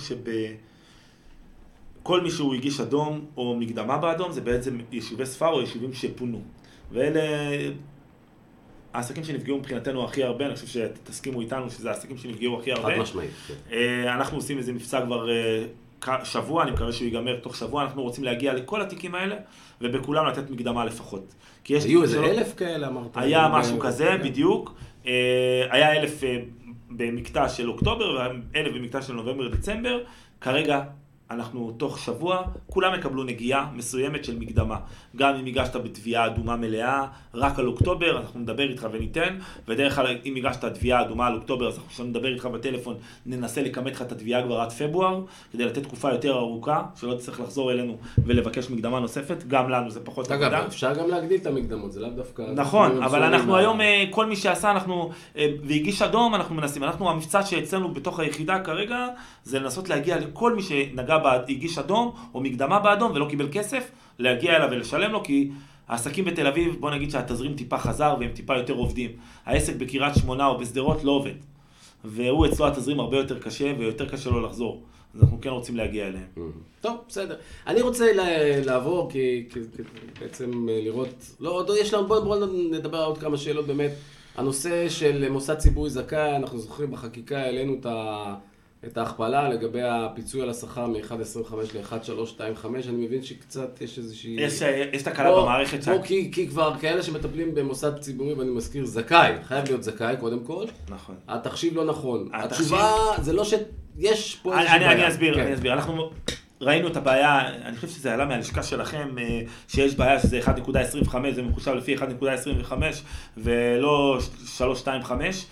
שבכל מי שהוא הגיש אדום או מקדמה באדום, זה בעצם יישובי ספר או יישובים שפונו. ואלה העסקים שנפגעו מבחינתנו הכי הרבה, אני חושב שתסכימו איתנו שזה העסקים שנפגעו הכי הרבה. חד משמעית. אה, אנחנו עושים איזה מבצע כבר... אה, שבוע, אני מקווה שהוא ייגמר תוך שבוע, אנחנו רוצים להגיע לכל התיקים האלה, ובכולם לתת מקדמה לפחות. היו איזה אלף כאלה, אמרת? היה משהו כזה, בדיוק. היה אלף במקטע של אוקטובר, ואלף במקטע של נובמבר-דצמבר. כרגע אנחנו תוך שבוע, כולם יקבלו נגיעה מסוימת של מקדמה. גם אם הגשת בתביעה אדומה מלאה, רק על אוקטובר, אנחנו נדבר איתך וניתן, ודרך כלל אם הגשת תביעה אדומה על אוקטובר, אז אנחנו נדבר איתך בטלפון, ננסה לקמת לך את התביעה כבר עד פברואר, כדי לתת תקופה יותר ארוכה, שלא תצטרך לחזור אלינו ולבקש מקדמה נוספת, גם לנו זה פחות עבודה. אגב, אפשר גם להגדיל את המקדמות, זה לאו דווקא... נכון, אבל אנחנו היום, כל מי שעשה, אנחנו, והגיש אדום, אנחנו מנסים. אנחנו, המבצע שאצלנו בתוך היחידה כרגע, זה לנסות להגיע לכל מי שנגע הגיש אדום או מקדמה באדום ולא קיבל כסף, להגיע אליו ולשלם לו, כי העסקים בתל אביב, בוא נגיד שהתזרים טיפה חזר והם טיפה יותר עובדים. העסק בקריית שמונה או בשדרות לא עובד. והוא אצלו התזרים הרבה יותר קשה ויותר קשה לו לחזור. אז אנחנו כן רוצים להגיע אליהם. טוב, בסדר. אני רוצה לעבור, כי בעצם לראות, לא, יש לנו, בואו נדבר על עוד כמה שאלות באמת. הנושא של מוסד ציבורי זכאי, אנחנו זוכרים בחקיקה, העלינו את ה... את ההכפלה לגבי הפיצוי על השכר מ-אחת עשרים וחמש ל-אחת נקודה שלוש שתיים חמש, אני מבין שקצת יש איזושהי... יש, יש תקלה במערכת שם. כי, כי כבר כאלה שמטפלים במוסד ציבורי, ואני מזכיר, זכאי, חייב להיות זכאי קודם כל. נכון. התחשיב לא נכון. התחשיב... התשובה זה לא שיש פה איזושהי בעיה. אני אסביר, כן. אני אסביר. אנחנו ראינו את הבעיה, אני חושב שזה עלה מהלשכה שלכם, שיש בעיה שזה אחת נקודה עשרים וחמש, זה מחושב לפי אחת נקודה עשרים וחמש, ולא שלוש נקודה שתיים חמש.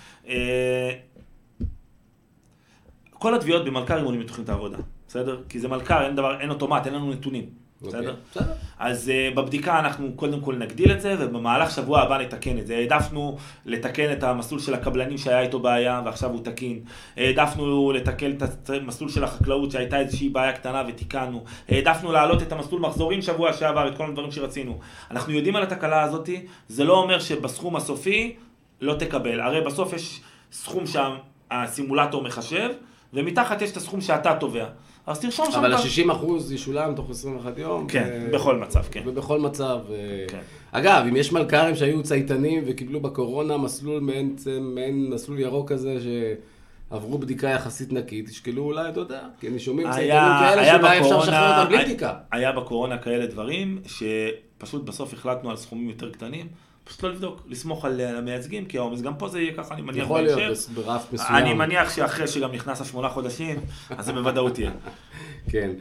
כל התביעות במלכ"ר מונים את תוכנית העבודה, בסדר? כי זה מלכ"ר, אין דבר, אין אוטומט, אין לנו נתונים, בסדר? בסדר. אז uh, בבדיקה אנחנו קודם כל נגדיל את זה, ובמהלך שבוע הבא נתקן את זה. העדפנו לתקן את המסלול של הקבלנים שהיה איתו בעיה, ועכשיו הוא תקין. העדפנו לתקן את המסלול של החקלאות שהייתה איזושהי בעיה קטנה ותיקנו. העדפנו להעלות את המסלול מחזורים שבוע שעבר, את כל הדברים שרצינו. אנחנו יודעים על התקלה הזאת, זה לא אומר שבסכום הסופי לא תקבל. הרי בסוף יש סכום שהסימולטור מחשב, ומתחת יש את הסכום שאתה תובע. אז תרשום שם... אבל ה-שישים אחוז ישולם תוך עשרים ואחד יום. כן, בכל מצב, כן. ובכל מצב. אגב, אם יש מלכ"רים שהיו צייתנים וקיבלו בקורונה מסלול מעין מסלול ירוק כזה שעברו בדיקה יחסית נקית, תשקלו אולי, אתה יודע, כי אני שומעים צייתנים כאלה שאולי אפשר לשחרר אותם בלי בדיקה. היה בקורונה כאלה דברים שפשוט בסוף החלטנו על סכומים יותר קטנים, פשוט לא לבדוק, לסמוך על המייצגים, כי העומס גם פה זה יהיה ככה, אני מניח יכול להיות, ברף מסוים. אני מניח שאחרי שגם נכנס השמונה חודשים, אז זה בוודאות יהיה. כן.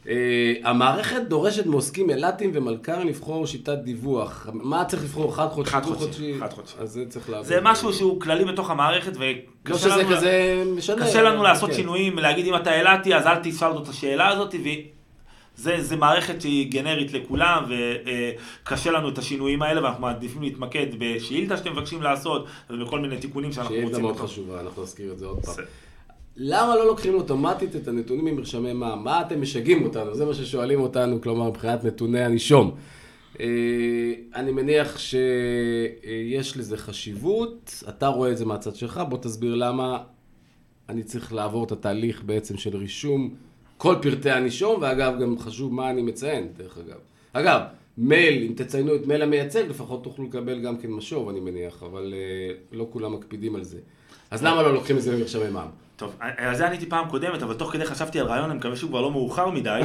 המערכת דורשת מעוסקים אילתים ומלכ"רים לבחור שיטת דיווח. מה צריך לבחור? חד חודשי? חד חודשי. חד חודשי. אז זה צריך להבין. זה משהו שהוא כללי בתוך המערכת, לא שזה כזה משנה. קשה לנו לעשות שינויים, להגיד אם אתה אילתי, אז אל תשאל את השאלה הזאת, זה מערכת שהיא גנרית לכולם, וקשה לנו את השינויים האלה, ואנחנו מעדיפים להתמקד בשאילתה שאתם מבקשים לעשות, ובכל מיני תיקונים שאנחנו רוצים. שאילתה מאוד חשובה, אנחנו נזכיר את זה עוד פעם. למה לא לוקחים אוטומטית את הנתונים ממרשמי מע"מ? מה אתם משגעים אותנו? זה מה ששואלים אותנו, כלומר, מבחינת נתוני הנישום. אני מניח שיש לזה חשיבות, אתה רואה את זה מהצד שלך, בוא תסביר למה אני צריך לעבור את התהליך בעצם של רישום כל פרטי הנישום, ואגב, גם חשוב מה אני מציין, דרך אגב. אגב, מייל, אם תציינו את מייל המייצג, לפחות תוכלו לקבל גם כן משוב, אני מניח, אבל לא כולם מקפידים על זה. אז למה לא לוקחים את זה ממרשמי מע"מ? טוב, על זה עניתי פעם קודמת, אבל תוך כדי חשבתי על רעיון, אני מקווה שהוא כבר לא מאוחר מדי.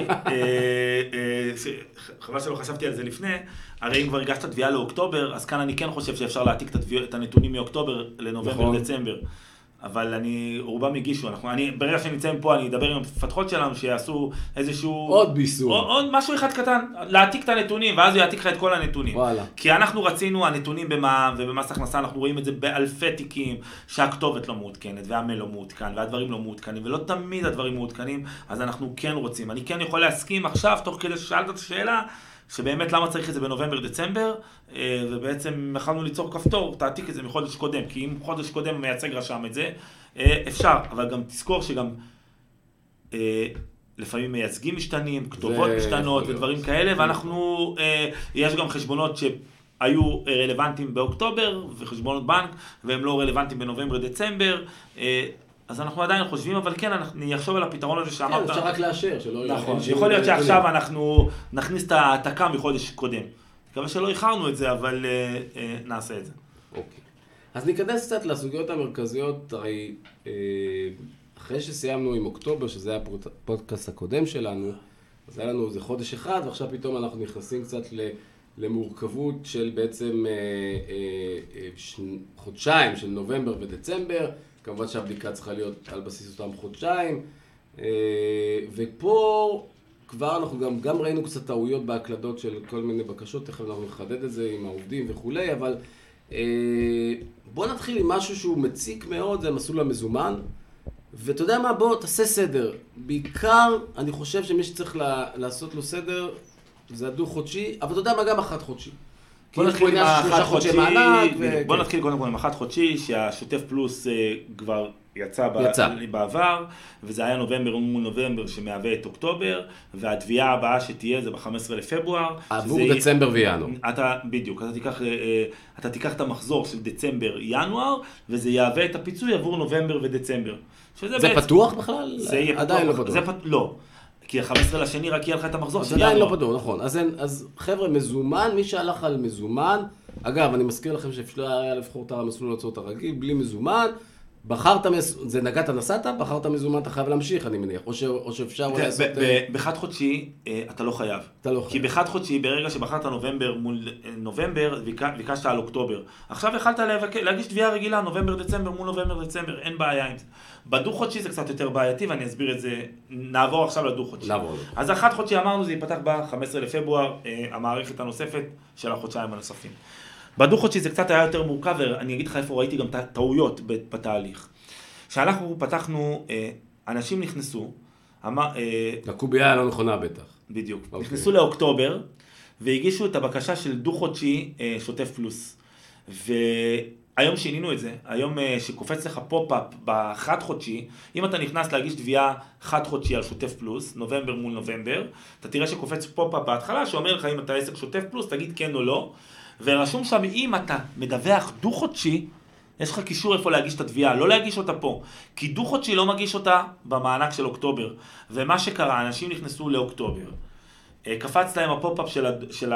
חבל שלא חשבתי על זה לפני, הרי אם כבר הגשת תביעה לאוקטובר, אז כאן אני כן חושב שאפשר להעתיק את הנתונים מאוקטובר לנובמבר-דצמבר. אבל אני, רובם הגישו, אנחנו, אני, ברגע שנמצאים פה, אני אדבר עם המפתחות שלנו שיעשו איזשהו... עוד ביסור. עוד, עוד משהו אחד קטן, להעתיק את הנתונים, ואז הוא יעתיק לך את כל הנתונים. וואלה. כי אנחנו רצינו, הנתונים במע"מ ובמס הכנסה, אנחנו רואים את זה באלפי תיקים, שהכתובת לא מעודכנת, והמייל לא מעודכן, והדברים לא מעודכנים, ולא תמיד הדברים מעודכנים, אז אנחנו כן רוצים. אני כן יכול להסכים עכשיו, תוך כדי ששאלת את השאלה, שבאמת למה צריך את זה בנובמבר-דצמבר, ובעצם יכולנו ליצור כפתור, תעתיק את זה מחודש קודם, כי אם חודש קודם מייצג רשם את זה, אפשר, אבל גם תזכור שגם לפעמים מייצגים משתנים, כתובות משתנות ודברים כאלה, ואנחנו, יש גם חשבונות שהיו רלוונטיים באוקטובר, וחשבונות בנק, והם לא רלוונטיים בנובמבר-דצמבר, אז אנחנו עדיין חושבים, אבל כן, אני אחשוב על הפתרון הזה שאמרת. כן, אפשר רק לאשר, שלא... נכון, יכול להיות שעכשיו אנחנו נכניס את ההעתקה מחודש קודם. מקווה שלא איחרנו את זה, אבל נעשה את זה. אוקיי. אז ניכנס קצת לסוגיות המרכזיות, הרי אחרי שסיימנו עם אוקטובר, שזה היה הפודקאסט הקודם שלנו, אז היה לנו איזה חודש אחד, ועכשיו פתאום אנחנו נכנסים קצת למורכבות של בעצם חודשיים של נובמבר ודצמבר, כמובן שהבדיקה צריכה להיות על בסיס אותם חודשיים, ופה כבר אנחנו גם, גם ראינו קצת טעויות בהקלדות של כל מיני בקשות, תכף אנחנו נחדד את זה עם העובדים וכולי, אבל בוא נתחיל עם משהו שהוא מציק מאוד, זה המסלול המזומן, ואתה יודע מה, בוא תעשה סדר. בעיקר אני חושב שמי שצריך לעשות לו סדר זה הדו חודשי, אבל אתה יודע מה, גם אחת חודשי. בוא נתחיל עם החד חודשי, בוא נתחיל קודם כל עם החד חודשי, שהשוטף פלוס כבר יצא בעבר, וזה היה נובמבר מול נובמבר שמהווה את אוקטובר, והתביעה הבאה שתהיה זה ב-חמישה עשר לפברואר. עבור דצמבר וינואר. אתה, בדיוק, אתה תיקח את המחזור של דצמבר-ינואר, וזה יהווה את הפיצוי עבור נובמבר ודצמבר. זה פתוח בכלל? עדיין לא פתוח. לא. כי ה-חמישה עשר לשני רק יהיה לך את המחזור של ינואר. זה עדיין לא פתור, נכון. אז, אז חבר'ה, מזומן, מי שהלך על מזומן, אגב, אני מזכיר לכם שאפשר היה לבחור את המסלול להוצאות הרגיל, בלי מזומן, בחרת, זה נגעת נסעת, בחרת מזומן, אתה חייב להמשיך, אני מניח, או, ש, או שאפשר אולי לעשות... בחד חודשי, אתה לא חייב. אתה לא חייב. כי בחד חודשי, ברגע שבחרת נובמבר מול נובמבר, ביקשת על אוקטובר. עכשיו יכלת להגיש תביעה רגילה, נובמבר, דצמבר מול נובמבר, דצמבר, אין בעיה עם זה. בדו חודשי זה קצת יותר בעייתי, ואני אסביר את זה, נעבור עכשיו לדו חודשי. נעבור. אז החד חודשי אמרנו, זה ייפתח ב-חמישה עשר לפברואר, המערכת הנוספת של החודשיים הנוספים. בדו חודשי זה קצת היה יותר מורכב, ואני אגיד לך איפה ראיתי גם טעויות בתהליך. כשאנחנו פתחנו, אנשים נכנסו, הקובייה לא נכונה בטח. בדיוק. נכנסו לאוקטובר, והגישו את הבקשה של דו חודשי שוטף פלוס. והיום שינינו את זה, היום שקופץ לך פופ-אפ בחד חודשי, אם אתה נכנס להגיש תביעה חד חודשי על שוטף פלוס, נובמבר מול נובמבר, אתה תראה שקופץ פופ-אפ בהתחלה, שאומר לך אם אתה עסק שוטף פלוס, תגיד כן או לא, ורשום שם אם אתה מדווח דו חודשי, יש לך קישור איפה להגיש את התביעה, לא להגיש אותה פה, כי דו חודשי לא מגיש אותה במענק של אוקטובר, ומה שקרה, אנשים נכנסו לאוקטובר, קפץ להם הפופ-אפ של, של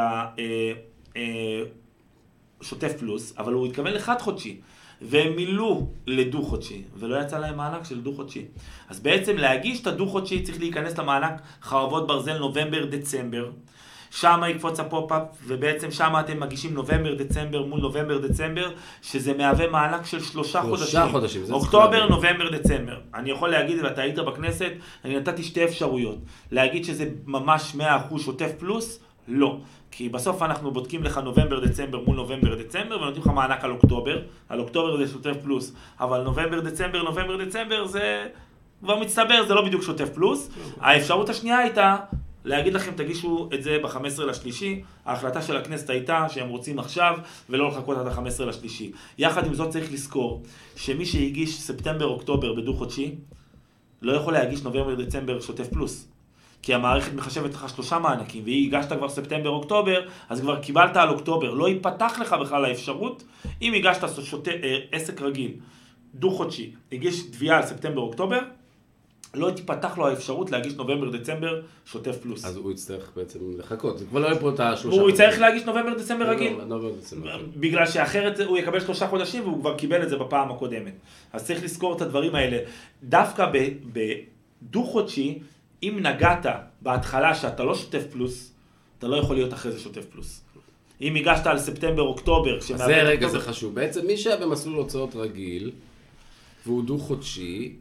השוטף פלוס, אבל הוא התכוון לחד חודשי, והם מילאו לדו חודשי, ולא יצא להם מענק של דו חודשי. אז בעצם להגיש את הדו חודשי צריך להיכנס למענק חרבות ברזל נובמבר-דצמבר, שם יקפוץ הפופ-אפ, ובעצם שם אתם מגישים נובמבר, דצמבר מול נובמבר, דצמבר, שזה מהווה מענק של שלושה חודשים. חודשים. אוקטובר, נובמבר, דצמבר. אני יכול להגיד, ואתה היית בכנסת, אני נתתי שתי אפשרויות. להגיד שזה ממש מאה אחוז שוטף פלוס, לא. כי בסוף אנחנו בודקים לך נובמבר, דצמבר מול נובמבר, דצמבר, ונותנים לך מענק על אוקטובר. על אוקטובר זה שוטף פלוס, אבל נובמבר, דצמבר, נובמבר, דצמבר זה כבר מצטבר, זה לא בדיוק שוטף פלוס. האפשרות השנייה הייתה להגיד לכם, תגישו את זה ב-חמישה עשר לשלישי, ההחלטה של הכנסת הייתה שהם רוצים עכשיו ולא לחכות עד ה-חמישה עשר לשלישי. יחד עם זאת צריך לזכור שמי שהגיש ספטמבר-אוקטובר בדו-חודשי, לא יכול להגיש נובמבר-דצמבר שוטף פלוס. כי המערכת מחשבת לך שלושה מענקים, והיא הגשת כבר ספטמבר-אוקטובר, אז כבר קיבלת על אוקטובר. לא ייפתח לך בכלל האפשרות, אם הגשת שוט... עסק רגיל, דו-חודשי, הגיש תביעה על ספטמבר-אוקטובר, לא תיפתח לו האפשרות להגיש נובמבר-דצמבר שוטף פלוס. אז הוא יצטרך בעצם לחכות, זה כבר לא יהיה פה את השלושה. הוא יצטרך להגיש נובמבר-דצמבר רגיל. נובמבר-דצמבר. בגלל שאחרת הוא יקבל שלושה חודשים, והוא כבר קיבל את זה בפעם הקודמת. אז צריך לזכור את הדברים האלה. דווקא בדו-חודשי, אם נגעת בהתחלה שאתה לא שוטף פלוס, אתה לא יכול להיות אחרי זה שוטף פלוס. אם הגשת על ספטמבר-אוקטובר, אז זה רגע, זה חשוב. בעצם מי שהיה במסלול הוצאות רגיל, והוא דו-חודשי,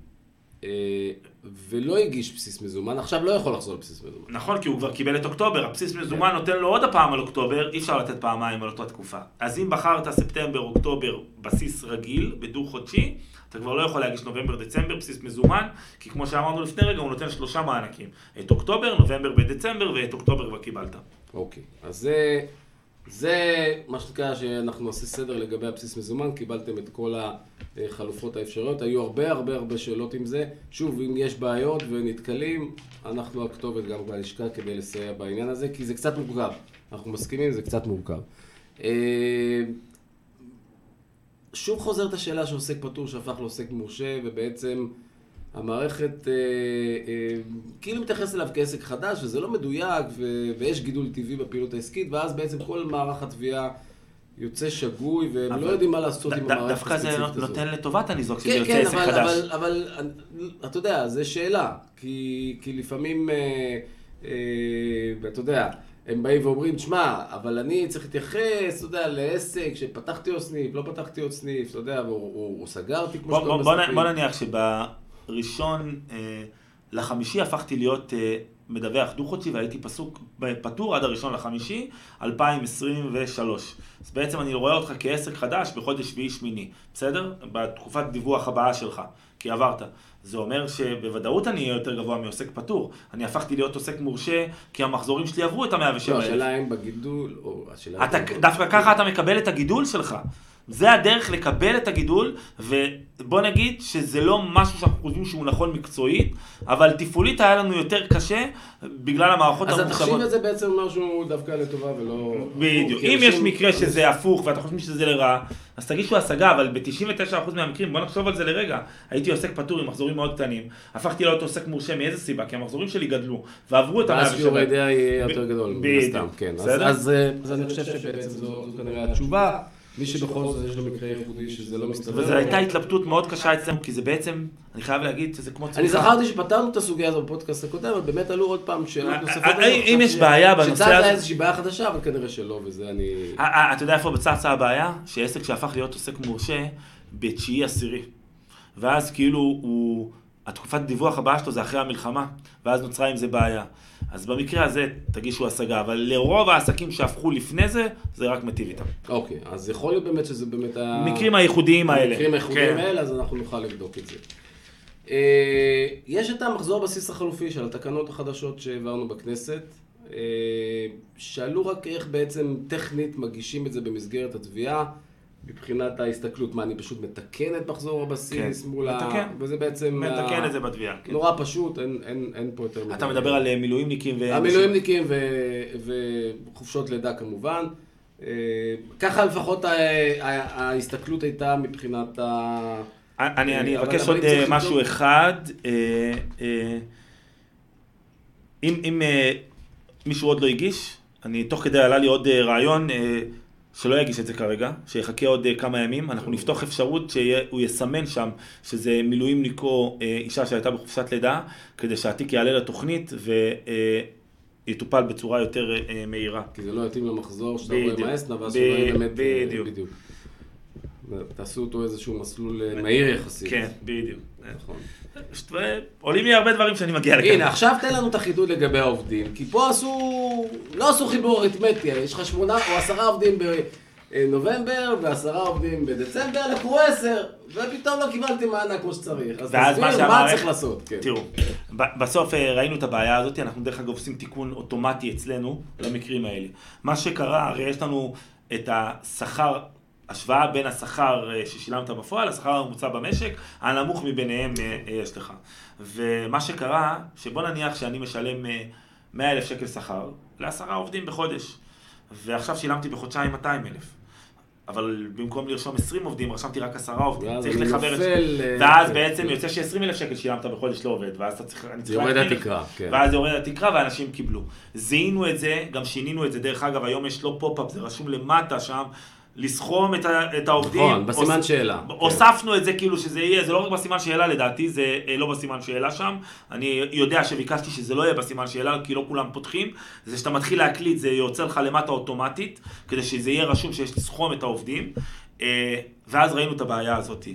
ולא הגיש בסיס מזומן, עכשיו לא יכול לחזור לבסיס מזומן. נכון, כי הוא כבר קיבל את אוקטובר, הבסיס מזומן נותן לו עוד הפעם על אוקטובר, אי אפשר לתת פעמיים על אותה תקופה. אז אם בחרת ספטמבר, אוקטובר, בסיס רגיל, בדו-חודשי, אתה כבר לא יכול להגיש נובמבר, דצמבר, בסיס מזומן, כי כמו שאמרנו לפני רגע, הוא נותן שלושה מענקים. את אוקטובר, נובמבר ודצמבר, ואת אוקטובר כבר קיבלת. אוקיי, אז זה, זה מה שנקרא שאנחנו נעשה סדר לגבי הבסיס מזומן, קיבלתם את כל החלופות האפשריות, היו הרבה הרבה הרבה שאלות עם זה. שוב, אם יש בעיות ונתקלים, אנחנו הכתובת גם בלשכה כדי לסייע בעניין הזה, כי זה קצת מורכב. אנחנו מסכימים, זה קצת מורכב. שוב חוזרת השאלה שעוסק פטור שהפך לעוסק מורשה, ובעצם המערכת אה, אה, כאילו מתייחס אליו כעסק חדש, וזה לא מדויק, ו- ויש גידול טבעי בפעילות העסקית, ואז בעצם כל מערך התביעה יוצא שגוי, והם אבל, לא יודעים מה לעשות ד- עם המערכת הספציפית הזאת. דווקא זה נותן לטובת הניזוק, כן, שזה יוצא כן, עסק אבל, חדש. אבל, אבל, אבל אתה יודע, זו שאלה, כי, כי לפעמים, אה, אה, אתה יודע, הם באים ואומרים, תשמע, אבל אני צריך להתייחס, אתה יודע, לעסק שפתחתי עוד סניף, לא פתחתי עוד סניף, אתה יודע, הוא סגרתי כמו שאתה מספרים. בוא נניח שבראשון לחמישי הפכתי להיות מדווח דו-חודשי, והייתי פסוק פטור עד הראשון לחמישי, אלפיים עשרים ושלוש. אז בעצם אני רואה אותך כעסק חדש בחודש שביעי שמיני, בסדר? בתקופת דיווח הבאה שלך, כי עברת. זה אומר שבוודאות אני אהיה יותר גבוה מעוסק פטור. אני הפכתי להיות עוסק מורשה, כי המחזורים שלי עברו את ה-מאה ושבע אלף. לא, השאלה אם בגידול, או השאלה... דווקא ככה אתה מקבל את הגידול שלך. זה הדרך לקבל את הגידול, ובוא נגיד שזה לא משהו שאנחנו חושבים שהוא נכון מקצועית, אבל טיפולית היה לנו יותר קשה בגלל המערכות המוחשבות. אז התחשיב הזה בעצם משהו דווקא לטובה ולא... בדיוק. אם יש מקרה שזה הפוך ואתה חושבים שזה לרעה, אז תגישו השגה, אבל ב-תשעים ותשעה אחוז מהמקרים, בוא נחשוב על זה לרגע, הייתי עוסק פטור עם מחזורים מאוד קטנים, הפכתי להיות עוסק מורשה מאיזה סיבה? כי המחזורים שלי גדלו, ועברו את המאה ושבע. אז שיעור הידיעה יהיה יותר גדול, בסתם, כן. אז אני חושב שבעצם זו כנראה התשובה. מי שבכל זאת יש לו מקרה ייחודי שזה לא מסתבר. וזו הייתה התלבטות מאוד קשה אצלנו, כי זה בעצם, אני חייב להגיד שזה כמו צמיחה. אני זכרתי שפתרנו את הסוגיה הזו בפודקאסט הקודם, אבל באמת עלו עוד פעם שאלות נוספות. אם יש בעיה בנושא הזה... שצעצה איזושהי בעיה חדשה, אבל כנראה שלא, וזה אני... אתה יודע איפה בצעצה הבעיה? שעסק שהפך להיות עוסק מורשה בתשיעי עשירי. ואז כאילו הוא... התקופת דיווח הבאה שלו זה אחרי המלחמה, ואז נוצרה עם זה בעיה. אז במקרה הזה תגישו השגה, אבל לרוב העסקים שהפכו לפני זה, זה רק מטיב איתם. אוקיי, אז יכול להיות באמת שזה באמת ה... מקרים הייחודיים האלה. המקרים הייחודיים האלה, אז אנחנו נוכל לבדוק את זה. יש את המחזור בסיס החלופי של התקנות החדשות שהעברנו בכנסת, שאלו רק איך בעצם טכנית מגישים את זה במסגרת התביעה, מבחינת ההסתכלות, מה, אני פשוט מתקן את מחזור הבסיס מול ה... מתקן. וזה בעצם... מתקן את זה בתביעה. נורא פשוט, אין פה יותר... אתה מדבר על מילואימניקים ו... המילואימניקים וחופשות לידה כמובן. ככה לפחות ההסתכלות הייתה מבחינת ה... אני אבקש עוד משהו אחד. אם מישהו עוד לא הגיש, אני תוך כדי עלה לי עוד רעיון, שלא יגיש את זה כרגע, שיחכה עוד כמה ימים, אנחנו נפתוח אפשרות שהוא יסמן שם שזה מילואימניק או אישה שהייתה בחופשת לידה, כדי שהתיק יעלה לתוכנית יטופל בצורה יותר מהירה. כי זה לא יתאים למחזור שאתה רואה עם האסנה, ואז שלא ילמד בדיוק. תעשו אותו איזשהו מסלול מהיר יחסית. כן, בדיוק. נכון. עולים לי הרבה דברים שאני מגיע לכאן. הנה, עכשיו תן לנו את החידוד לגבי העובדים, כי פה עשו, לא עשו חיבור אריתמטי, יש לך שמונה או עשרה עובדים בנובמבר ועשרה עובדים בדצמבר, לקחו עשר, ופתאום לא קיבלתי מענק כמו שצריך. אז תסביר מה צריך לעשות. תראו, בסוף ראינו את הבעיה הזאת, אנחנו דרך אגב עושים תיקון אוטומטי אצלנו למקרים האלה. מה שקרה, הרי יש לנו את השכר, השוואה בין השכר ששילמת בפועל, השכר הממוצע במשק, הנמוך מביניהם יש לך. ומה שקרה, שבוא נניח שאני משלם מאה אלף שקל שכר לעשרה עובדים בחודש, ועכשיו שילמתי בחודשיים מאתיים אלף. אבל במקום לרשום עשרים עובדים, רשמתי רק עשרה עובדים. צריך לחבר את זה. ואז בעצם יוצא ש-עשרים אלף שקל שילמת בחודש לא עובד, ואז אתה צריך... זה יורד התקרה, כן. ואז זה יורד התקרה ואנשים קיבלו. זיהינו את זה, גם שינינו את זה. דרך אגב, היום יש לא פופ-אפ, זה רשום למטה שם, לסכום את, ה- את העובדים. נכון, בסימן אוס... שאלה. הוספנו כן. את זה כאילו שזה יהיה, זה לא רק בסימן שאלה לדעתי, זה לא בסימן שאלה שם. אני יודע שביקשתי שזה לא יהיה בסימן שאלה, כי לא כולם פותחים. זה שאתה מתחיל להקליט, זה יוצא לך למטה אוטומטית, כדי שזה יהיה רשום שיש לסכום את העובדים. ואז ראינו את הבעיה הזאת.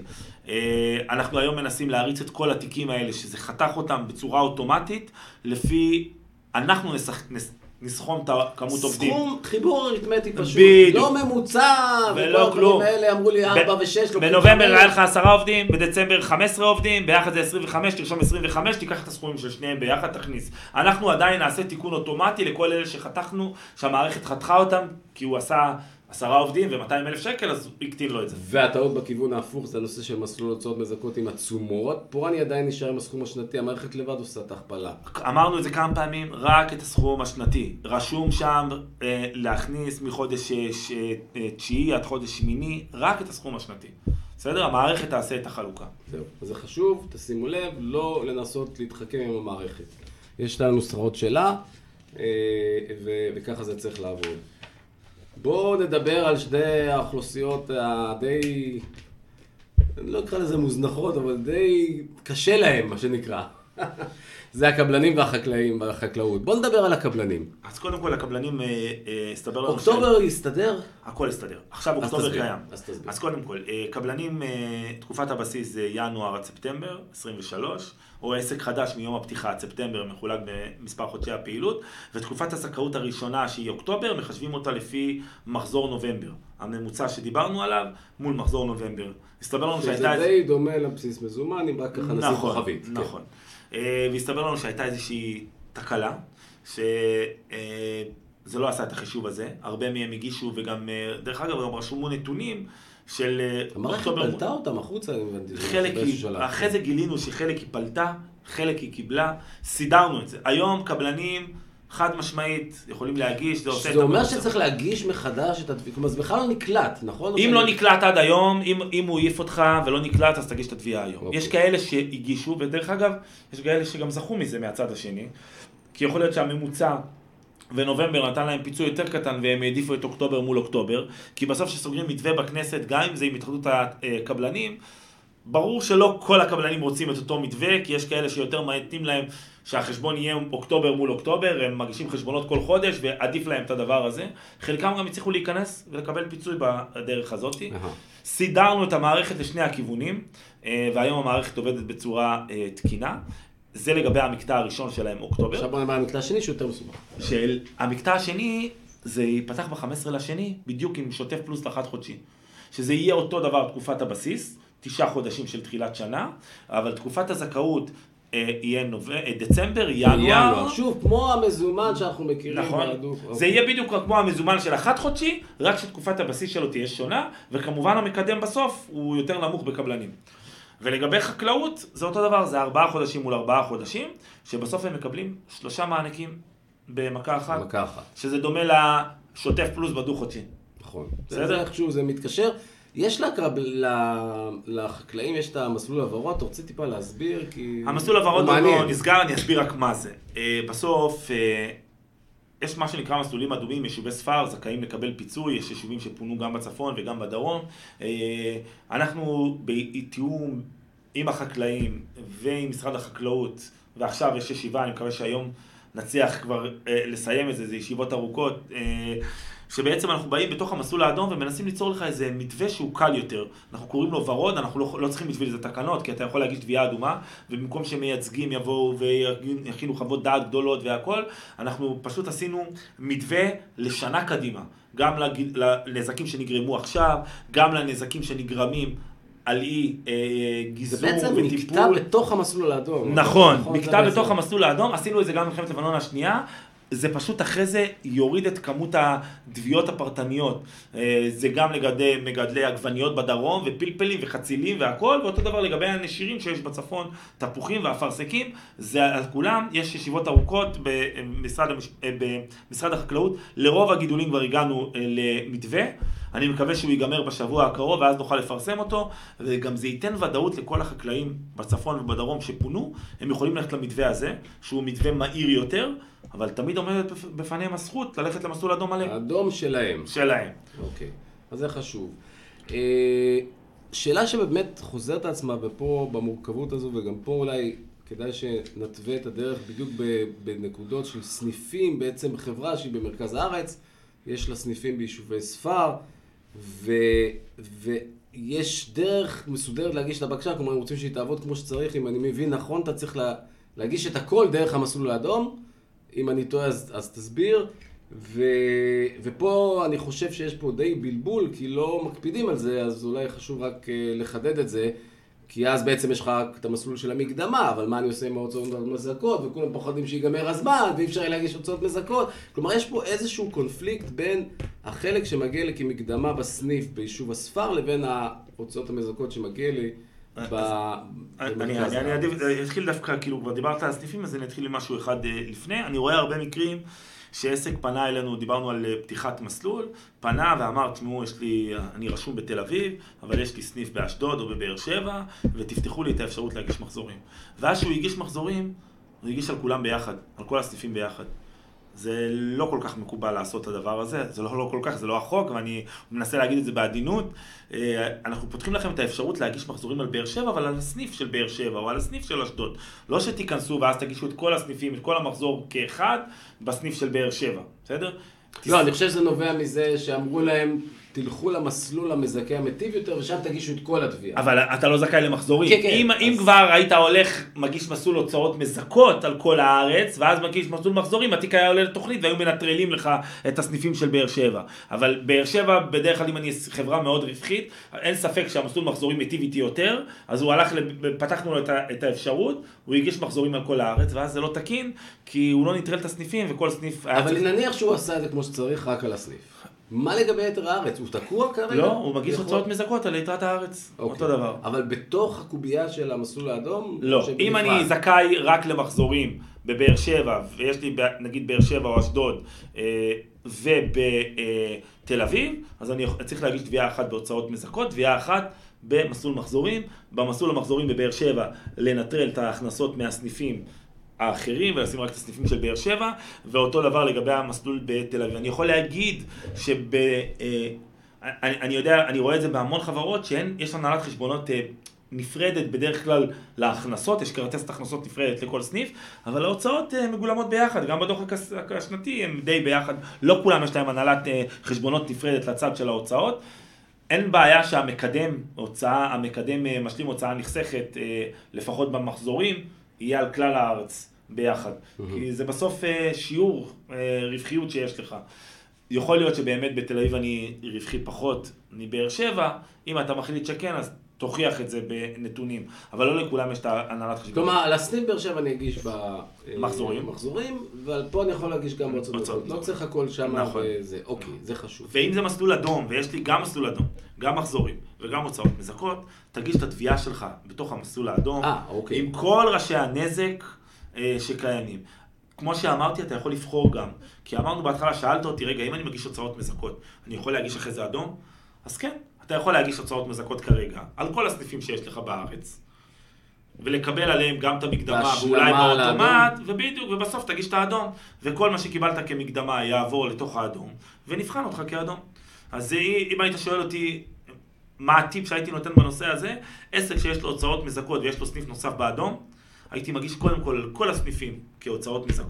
אנחנו היום מנסים להריץ את כל התיקים האלה, שזה חתך אותם בצורה אוטומטית, לפי, אנחנו נסח... נס... נסכום את כמות עובדים. סכום חיבור אריתמטי פשוט. בדיוק. לא ממוצע, ולא כלום. האלה אמרו לי ארבע ושש. בנובמבר היה לך עשרה עובדים, בדצמבר חמישה עשר עובדים, ביחד זה עשרים וחמש, תרשום עשרים וחמש, תיקח את הסכומים של שניהם ביחד, תכניס. אנחנו עדיין נעשה תיקון אוטומטי לכל אלה שחתכנו, שהמערכת חתכה אותם, כי הוא עשה עשרה עובדים ו-מאתיים אלף שקל, אז הוא הקטין לו את זה. והטעות בכיוון ההפוך, זה הנושא של מסלול הוצאות מזכות עם עצומות. פה אני עדיין נשאר עם הסכום השנתי, המערכת לבד עושה את הכפלה. אמרנו את זה כמה פעמים, רק את הסכום השנתי. רשום שם אה, להכניס מחודש תשיעי עד חודש שמיני, רק את הסכום השנתי. בסדר? המערכת תעשה את החלוקה. זהו. אז זה חשוב, תשימו לב, לא לנסות להתחכם עם המערכת. יש לנו סרעות שלה, אה, ו- וככה זה צריך לעבוד. בואו נדבר על שני האוכלוסיות הדי, אני לא אקרא לזה מוזנחות, אבל די קשה להם, מה שנקרא. זה הקבלנים והחקלאים בחקלאות. בואו נדבר על הקבלנים. אז קודם כל, הקבלנים, הסתבר לנו... אוקטובר יסתדר? הכל יסתדר. עכשיו אוקטובר קיים. אז תסביר. אז קודם כל, קבלנים, תקופת הבסיס זה ינואר עד ספטמבר, עשרים ושלוש, או עסק חדש מיום הפתיחה עד ספטמבר, מחולק במספר חודשי הפעילות, ותקופת הזכאות הראשונה שהיא אוקטובר, מחשבים אותה לפי מחזור נובמבר. הממוצע שדיברנו עליו מול מחזור נובמבר. הסתבר לנו שהייתה... זה די דומה לבסיס מזומן, אם רק ככה נשים כוכבית. נכון. והסתבר לנו שהייתה איזושהי תקלה, שזה לא עשה את החישוב הזה. הרבה מהם הגישו וגם, דרך אגב, גם רשומו נתונים של... המערכת פלטה אותם החוצה, אני הבנתי. חלק היא, אחרי זה גילינו שחלק היא פלטה, חלק היא קיבלה, סידרנו את זה. היום קבלנים חד משמעית יכולים להגיש, זה עושה את... זה אומר שצריך להגיש מחדש את התביעה, אז בכלל לא נקלט, נכון? אם לא נקלט עד היום, אם, אם הוא העיף אותך ולא נקלט, אז תגיש את התביעה היום. Okay. יש כאלה שהגישו, ודרך אגב, יש כאלה שגם זכו מזה מהצד השני, כי יכול להיות שהממוצע ונובמבר נתן להם פיצוי יותר קטן, והם העדיפו את אוקטובר מול אוקטובר, כי בסוף שסוגרים מתווה בכנסת, גם אם זה עם התאחדות הקבלנים, ברור שלא כל הקבלנים רוצים את אותו מתווה, כי יש כאלה שיותר מתאים להם שהחשבון יהיה אוקטובר מול אוקטובר, הם מגישים חשבונות כל חודש, ועדיף להם את הדבר הזה. חלקם גם הצליחו להיכנס ולקבל פיצוי בדרך הזאת. סידרנו את המערכת לשני הכיוונים, והיום המערכת עובדת בצורה תקינה. זה לגבי המקטע הראשון שלהם, אוקטובר. עכשיו בוא נאמר המקטע השני שיותר מסובך. של המקטע השני, זה ייפתח ב-חמישה עשר לשני, בדיוק עם שוטף פלוס לחד חודשי. שזה יהיה אותו דבר תקופת הבסיס, תשעה חודשים של תחילת שנה, אבל תקופת הזכאות אה, יהיה נוב... אה, דצמבר, ינואר. ינואר. שוב, כמו המזומן שאנחנו מכירים. נכון. בעדוף. זה יהיה בדיוק כמו המזומן של החד חודשי, רק שתקופת הבסיס שלו תהיה שונה, וכמובן המקדם בסוף הוא יותר נמוך בקבלנים. ולגבי חקלאות, זה אותו דבר, זה ארבעה חודשים מול ארבעה חודשים, שבסוף הם מקבלים שלושה מענקים במכה אחת. במכה אחת. שזה דומה לשוטף פלוס בדו חודשי. נכון. זה איכשהו, זה מתקשר. יש לקרב, לחקלאים, יש את המסלול העברות, אתה רוצה טיפה להסביר? כי... המסלול העברות לא נסגר, אני אסביר רק מה זה. בסוף, יש מה שנקרא מסלולים אדומים, יישובי ספר, זכאים לקבל פיצוי, יש יישובים שפונו גם בצפון וגם בדרום. אנחנו בתיאום עם החקלאים ועם משרד החקלאות, ועכשיו יש ישיבה, אני מקווה שהיום נצליח כבר אה, לסיים את זה, זה ישיבות ארוכות, אה, שבעצם אנחנו באים בתוך המסלול האדום ומנסים ליצור לך איזה מתווה שהוא קל יותר. אנחנו קוראים לו ורוד, אנחנו לא, לא צריכים בשביל זה תקנות, כי אתה יכול להגיש תביעה אדומה, ובמקום שמייצגים יבואו ויכינו חוות דעת גדולות והכל, אנחנו פשוט עשינו מתווה לשנה קדימה. גם לנזקים שנגרמו עכשיו, גם לנזקים שנגרמים על אי אה, גיזור וטיפול. זה בעצם מקטע בתוך המסלול האדום. נכון, מקטע בתוך המסלול האדום, עשינו את זה גם במלחמת לבנון השנייה, זה פשוט אחרי זה יוריד את כמות הדביות הפרטניות. זה גם לגבי מגדלי עגבניות בדרום ופלפלים וחצילים והכל, ואותו דבר לגבי הנשירים שיש בצפון, תפוחים ואפרסקים, זה על כולם. יש ישיבות ארוכות במשרד, במשרד החקלאות, לרוב הגידולים כבר הגענו למתווה, אני מקווה שהוא ייגמר בשבוע הקרוב, ואז נוכל לפרסם אותו, וגם זה ייתן ודאות לכל החקלאים בצפון ובדרום שפונו, הם יכולים ללכת למתווה הזה, שהוא מתווה מהיר יותר, אבל תמיד עומדת בפניהם הזכות ללכת למסלול אדום מלא. האדום שלהם. שלהם. אוקיי, אז זה חשוב. שאלה שבאמת חוזרת עצמה, ופה במורכבות הזו, וגם פה אולי כדאי שנתווה את הדרך בדיוק בנקודות של סניפים, בעצם חברה שהיא במרכז הארץ, יש לה סניפים ביישובי ספר, ו... ויש דרך מסודרת להגיש את הבקשה, כלומר, רוצים שהיא תעבוד כמו שצריך, אם אני מבין נכון, אתה צריך לה... להגיש את הכל דרך המסלול האדום, אם אני טועה אז, אז תסביר, ו... ופה אני חושב שיש פה די בלבול, כי לא מקפידים על זה, אז אולי חשוב רק לחדד את זה, כי אז בעצם יש לך את המסלול של המקדמה, אבל מה אני עושה עם ההוצאות מזכות, וכולם פוחדים שיגמר הזמן, ואי אפשר להגיש הוצאות מזכות. כלומר, יש פה איזשהו קונפליקט בין החלק שמגיע לי כמקדמה בסניף ביישוב הספר, לבין ההוצאות המזכות שמגיע לי במרכז. אני אתחיל דווקא, כאילו, כבר דיברת על הסניפים, אז אני אתחיל עם משהו אחד לפני. אני רואה הרבה מקרים שעסק פנה אלינו, דיברנו על פתיחת מסלול, פנה ואמר, תשמעו, יש לי, אני רשום בתל אביב, אבל יש לי סניף באשדוד או בבאר שבע, ותפתחו לי את האפשרות להגיש מחזורים. ואז שהוא הגיש מחזורים, הוא הגיש על כולם ביחד, על כל הסניפים ביחד. זה לא כל כך מקובל לעשות את הדבר הזה, זה לא, לא כל כך, זה לא החוק, ואני מנסה להגיד את זה בעדינות. אנחנו פותחים לכם את האפשרות להגיש מחזורים על באר שבע, אבל על הסניף של באר שבע או על הסניף של אשדוד. לא שתיכנסו ואז תגישו את כל הסניפים, את כל המחזור כאחד בסניף של באר שבע, בסדר? לא, אני חושב שזה נובע מזה שאמרו להם, תלכו למסלול המזכה המטיב יותר, ושם תגישו את כל התביעה. אבל אתה לא זכאי למחזורים. כן, כן. אם, אז... אם כבר היית הולך, מגיש מסלול הוצאות מזכות על כל הארץ, ואז מגיש מסלול מחזורים, התיק היה עולה לתוכנית, והיו מנטרלים לך את הסניפים של באר שבע. אבל באר שבע, בדרך כלל אם אני חברה מאוד רווחית, אין ספק שהמסלול מחזורים מטיב איתי יותר, אז הוא הלך, פתחנו לו את האפשרות, הוא הגיש מחזורים על כל הארץ, ואז זה לא תקין, כי הוא לא נטרל את הסניפים, וכל סניף... אבל נניח שהוא עשה את זה כמו שצריך רק על הסניף. מה לגבי יתר הארץ? הוא תקוע כרגע? לא, הוא מגיש הוצאות מזכות על יתרת הארץ, אותו דבר. אבל בתוך הקובייה של המסלול האדום? לא, אם אני זכאי רק למחזורים בבאר שבע, ויש לי נגיד באר שבע או אשדוד, ובתל אביב, אז אני צריך להגיש תביעה אחת בהוצאות מזכות, תביעה אחת במסלול מחזורים. במסלול המחזורים בבאר שבע לנטרל את ההכנסות מהסניפים האחרים, ולשים רק את הסניפים של באר שבע, ואותו דבר לגבי המסלול בתל אביב. אני יכול להגיד שב... אני, אני יודע, אני רואה את זה בהמון חברות, שיש הנהלת חשבונות נפרדת בדרך כלל להכנסות, יש כרטיסת הכנסות נפרדת לכל סניף, אבל ההוצאות מגולמות ביחד, גם בדוח השנתי הם די ביחד, לא כולם יש להם הנהלת חשבונות נפרדת לצד של ההוצאות. אין בעיה שהמקדם, הוצאה, המקדם משלים הוצאה נחסכת, לפחות במחזורים, יהיה על כלל הארץ ביחד. Mm-hmm. כי זה בסוף שיעור רווחיות שיש לך. יכול להיות שבאמת בתל אביב אני רווחי פחות מבאר שבע, אם אתה מחליט שכן, אז תוכיח את זה בנתונים. אבל לא לכולם יש את הנהלת חשבון. כלומר, על הסניף באר שבע אני אגיש במחזורים, מחזורים, אבל פה אני יכול להגיש גם הוצאות מזכות. לא צריך הכל שם נכון. וזה, אוקיי, זה חשוב. ואם זה מסלול אדום, ויש לי גם מסלול אדום, גם מחזורים וגם הוצאות מזכות, תגיש את התביעה שלך בתוך המסלול האדום, 아, אוקיי. עם כל ראשי הנזק אה, שקיימים. כמו שאמרתי, אתה יכול לבחור גם. כי אמרנו בהתחלה, שאלת אותי, רגע, אם אני מגיש הוצאות מזכות, אני יכול להגיש אחרי זה אדום? אז כן, אתה יכול להגיש הוצאות מזכות כרגע, על כל הסניפים שיש לך בארץ, ולקבל עליהם גם את המקדמה, ואולי באוטומט, ובדיוק, ובסוף תגיש את האדום, וכל מה שקיבלת כמקדמה יעבור לתוך האדום, ונבחן אותך כאדום. אז אם היית שואל אותי, מה הטיפ שהייתי נותן בנושא הזה, עסק שיש לו הוצאות מזכות ויש לו סניף נוסף באדום, הייתי מגיש קודם כל כל הסניפים כהוצאות מזכות,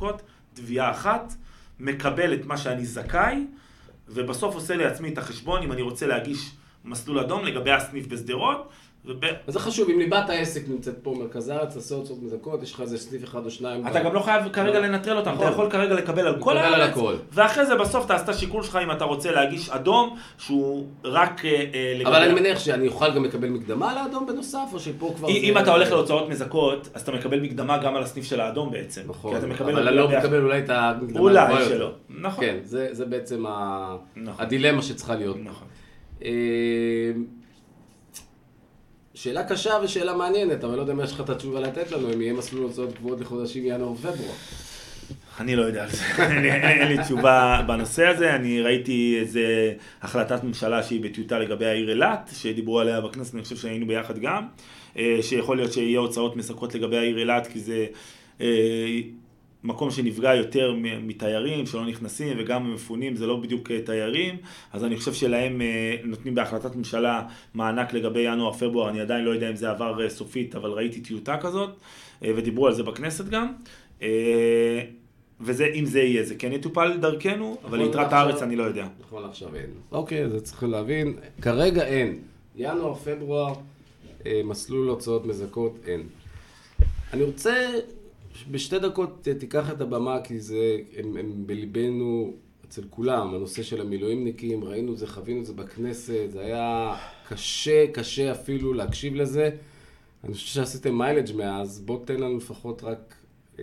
תביעה אחת, מקבל את מה שאני זכאי, ובסוף עושה לעצמי את החשבון אם אני רוצה להגיש מסלול אדום לגבי הסניף בסדרות. וב... אז זה חשוב, אם ליבת העסק נמצאת פה מרכז הארץ, עושה הוצאות מזכות, יש לך איזה סניף אחד או שניים. אתה גם לא חייב כרגע לנטרל אותם, אתה יכול כרגע לקבל על כל הארץ, ואחרי זה בסוף אתה עשתה שיקול שלך אם אתה רוצה להגיש אדום, שהוא רק לגבי... אבל אני מניח שאני אוכל גם לקבל מקדמה לאדום בנוסף, או שפה כבר... אם אתה הולך להוצאות מזכות, אז אתה מקבל מקדמה גם על הסניף של האדום בעצם. נכון, אבל אני לא מקבל אולי את המקדמה. אולי שלא. נכון. כן, זה בעצם הדילמה שצריכה להיות. נכון. שאלה קשה ושאלה מעניינת, אבל לא יודע אם יש לך את התשובה לתת לנו, אם יהיה מסלול הוצאות קבועות לחודשים ינואר ופברואר. אני לא יודע על זה, אין לי תשובה בנושא הזה, אני ראיתי איזה החלטת ממשלה שהיא בטיוטה לגבי העיר אילת, שדיברו עליה בכנסת, אני חושב שהיינו ביחד גם, שיכול להיות שיהיה הוצאות מסכות לגבי העיר אילת, כי זה מקום שנפגע יותר מתיירים, שלא נכנסים, וגם מפונים, זה לא בדיוק תיירים, אז אני חושב שלהם נותנים בהחלטת ממשלה מענק לגבי ינואר-פברואר, אני עדיין לא יודע אם זה עבר סופית, אבל ראיתי טיוטה כזאת, ודיברו על זה בכנסת גם, וזה, אם זה יהיה, זה כן יטופל דרכנו, אבל ליתרת הארץ אני לא יודע. נכון, עכשיו אין. אוקיי, זה צריך להבין, כרגע אין. ינואר-פברואר, מסלול הוצאות מזכות, אין. אני רוצה... בשתי דקות תיקח את הבמה, כי זה, הם, הם בליבנו אצל כולם, הנושא של המילואימניקים, ראינו את זה, חווינו את זה בכנסת, זה היה קשה, קשה אפילו להקשיב לזה. אני חושב שעשיתם מיילג' מאז, בוא תן לנו לפחות רק אה,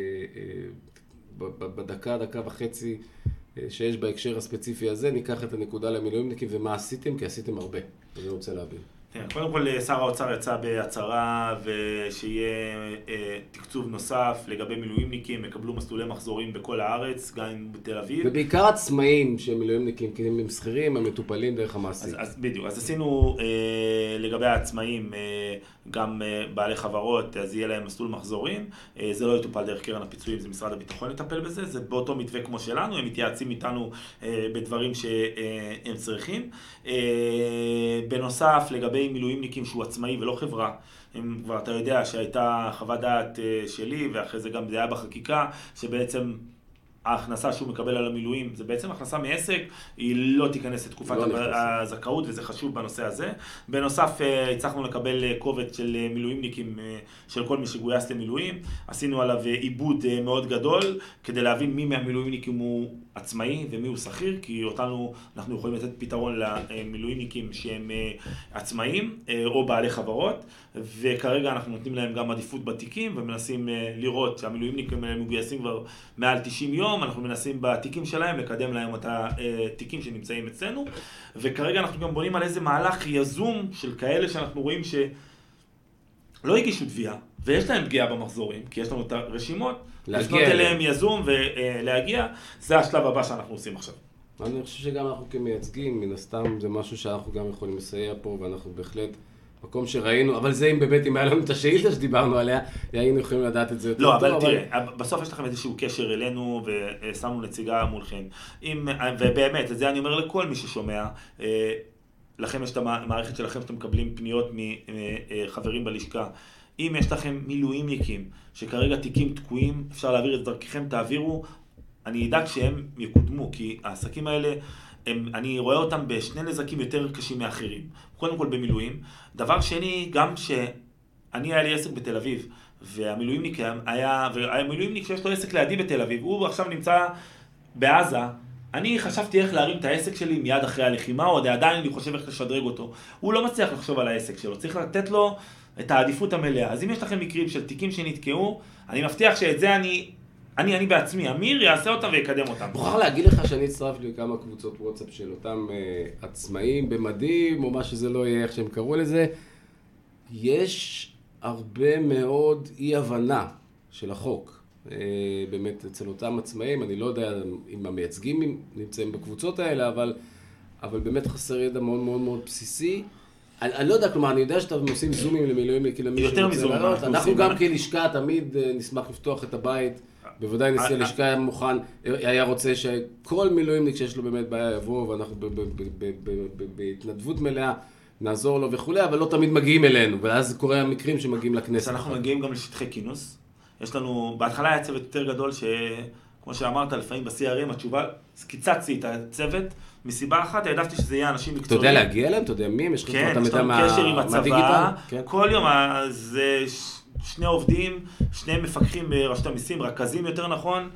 אה, בדקה, דקה וחצי אה, שיש בהקשר הספציפי הזה, ניקח את הנקודה למילואימניקים ומה עשיתם, כי עשיתם הרבה, אני רוצה להבין. קודם כל, שר האוצר יצא בהצהרה ושיהיה אה, תקצוב נוסף לגבי מילואימניקים, יקבלו מסלולי מחזורים בכל הארץ, גם בתל אביב. ובעיקר עצמאים שהם מילואימניקים, כי הם שכירים, הם מטופלים דרך המעסיק. אז, אז בדיוק, אז עשינו אה, לגבי העצמאים, אה, גם אה, בעלי חברות, אז יהיה להם מסלול מחזורים, אה, זה לא יטופל דרך קרן הפיצויים, זה משרד הביטחון יטפל בזה, זה באותו מתווה כמו שלנו, הם מתייעצים איתנו אה, בדברים שהם צריכים. אה, בנוסף, לגבי מילואימניקים שהוא עצמאי ולא חברה, הם כבר אתה יודע שהייתה חוות דעת שלי, ואחרי זה גם זה היה בחקיקה, שבעצם ההכנסה שהוא מקבל על המילואים, זה בעצם הכנסה מעסק, היא לא תיכנס לתקופת לא הזכאות, וזה חשוב בנושא הזה. בנוסף, הצלחנו לקבל קובץ של מילואימניקים, של כל מי שגויס למילואים. עשינו עליו עיבוד מאוד גדול, כדי להבין מי מהמילואימניקים הוא עצמאי ומי הוא שכיר, כי אותנו, אנחנו יכולים לתת פתרון למילואימניקים שהם עצמאיים, או בעלי חברות, וכרגע אנחנו נותנים להם גם עדיפות בתיקים, ומנסים לראות שהמילואימניקים מגויסים כבר מעל תשעים יום, אנחנו מנסים בתיקים שלהם לקדם להם את התיקים שנמצאים אצלנו, וכרגע אנחנו גם בונים על איזה מהלך יזום של כאלה שאנחנו רואים שלא הגישו תביעה, ויש להם פגיעה במחזורים, כי יש לנו את הרשימות, לפנות אליהם יזום ולהגיע, זה השלב הבא שאנחנו עושים עכשיו. אני חושב שגם אנחנו כמייצגים, מן הסתם זה משהו שאנחנו גם יכולים לסייע פה, ואנחנו בהחלט מקום שראינו, אבל זה אם באמת, אם היה לנו את השאילתה שדיברנו עליה, היינו יכולים לדעת את זה יותר טוב. לא, אבל אבל תראה, בסוף יש לכם איזשהו קשר אלינו, ושמנו נציגה מולכם. ובאמת, את זה אני אומר לכל מי ששומע, לכם יש את המערכת שלכם שאתם מקבלים פניות מחברים בלשכה. אם יש לכם מילואימניקים, שכרגע תיקים תקועים, אפשר להעביר את דרככם, תעבירו, אני אדאג שהם יקודמו, כי העסקים האלה, הם, אני רואה אותם בשני נזקים יותר קשים מאחרים. קודם כל במילואים. דבר שני, גם שאני היה לי עסק בתל אביב, והמילואימניק היה, והמילואימניק שיש לו עסק לידי בתל אביב, הוא עכשיו נמצא בעזה, אני חשבתי איך להרים את העסק שלי מיד אחרי הלחימה, או עדיין אני חושב איך לשדרג אותו. הוא לא מצליח לחשוב על העסק שלו, צריך לתת לו את העדיפות המלאה. אז אם יש לכם מקרים של תיקים שנתקעו, אני מבטיח שאת זה אני... אני, אני בעצמי, אמיר יעשה אותם ויקדם אותם. מוכרח להגיד לך שאני אצטרף לי כמה קבוצות וואטסאפ של אותם אה, עצמאים במדים, או מה שזה לא יהיה, איך שהם קראו לזה. יש הרבה מאוד אי הבנה של החוק. אה, באמת, אצל אותם עצמאים, אני לא יודע אם המייצגים נמצאים בקבוצות האלה, אבל, אבל באמת חסר ידע מאוד מאוד מאוד בסיסי. אני, אני לא יודע, כלומר, אני יודע שאתם עושים זומים למילואים, יותר מזומים. אנחנו גם כלשכה תמיד נשמח לפתוח את הבית. בוודאי נשיא הלשכה היה מוכן, היה רוצה שכל מילואימניק שיש לו באמת בעיה יבוא, ואנחנו בהתנדבות מלאה נעזור לו וכו', אבל לא תמיד מגיעים אלינו, ואז קורה המקרים שמגיעים לכנסת. אנחנו מגיעים גם לשטחי כינוס. יש לנו, בהתחלה היה צוות יותר גדול כמו שאמרת, לפעמים ב-סי אר אם התשובה, קיצצתי את הצוות, מסיבה אחת, העדפתי שזה יהיה אנשים מקצועיים. אתה יודע להגיע אליהם? אתה יודע מי? יש לך כן, את המידע מהדיגיטל? קשר עם הצבא, כל יום, אז שני עובדים, שני מפקחים ברשות המיסים, רכזים יותר נכון,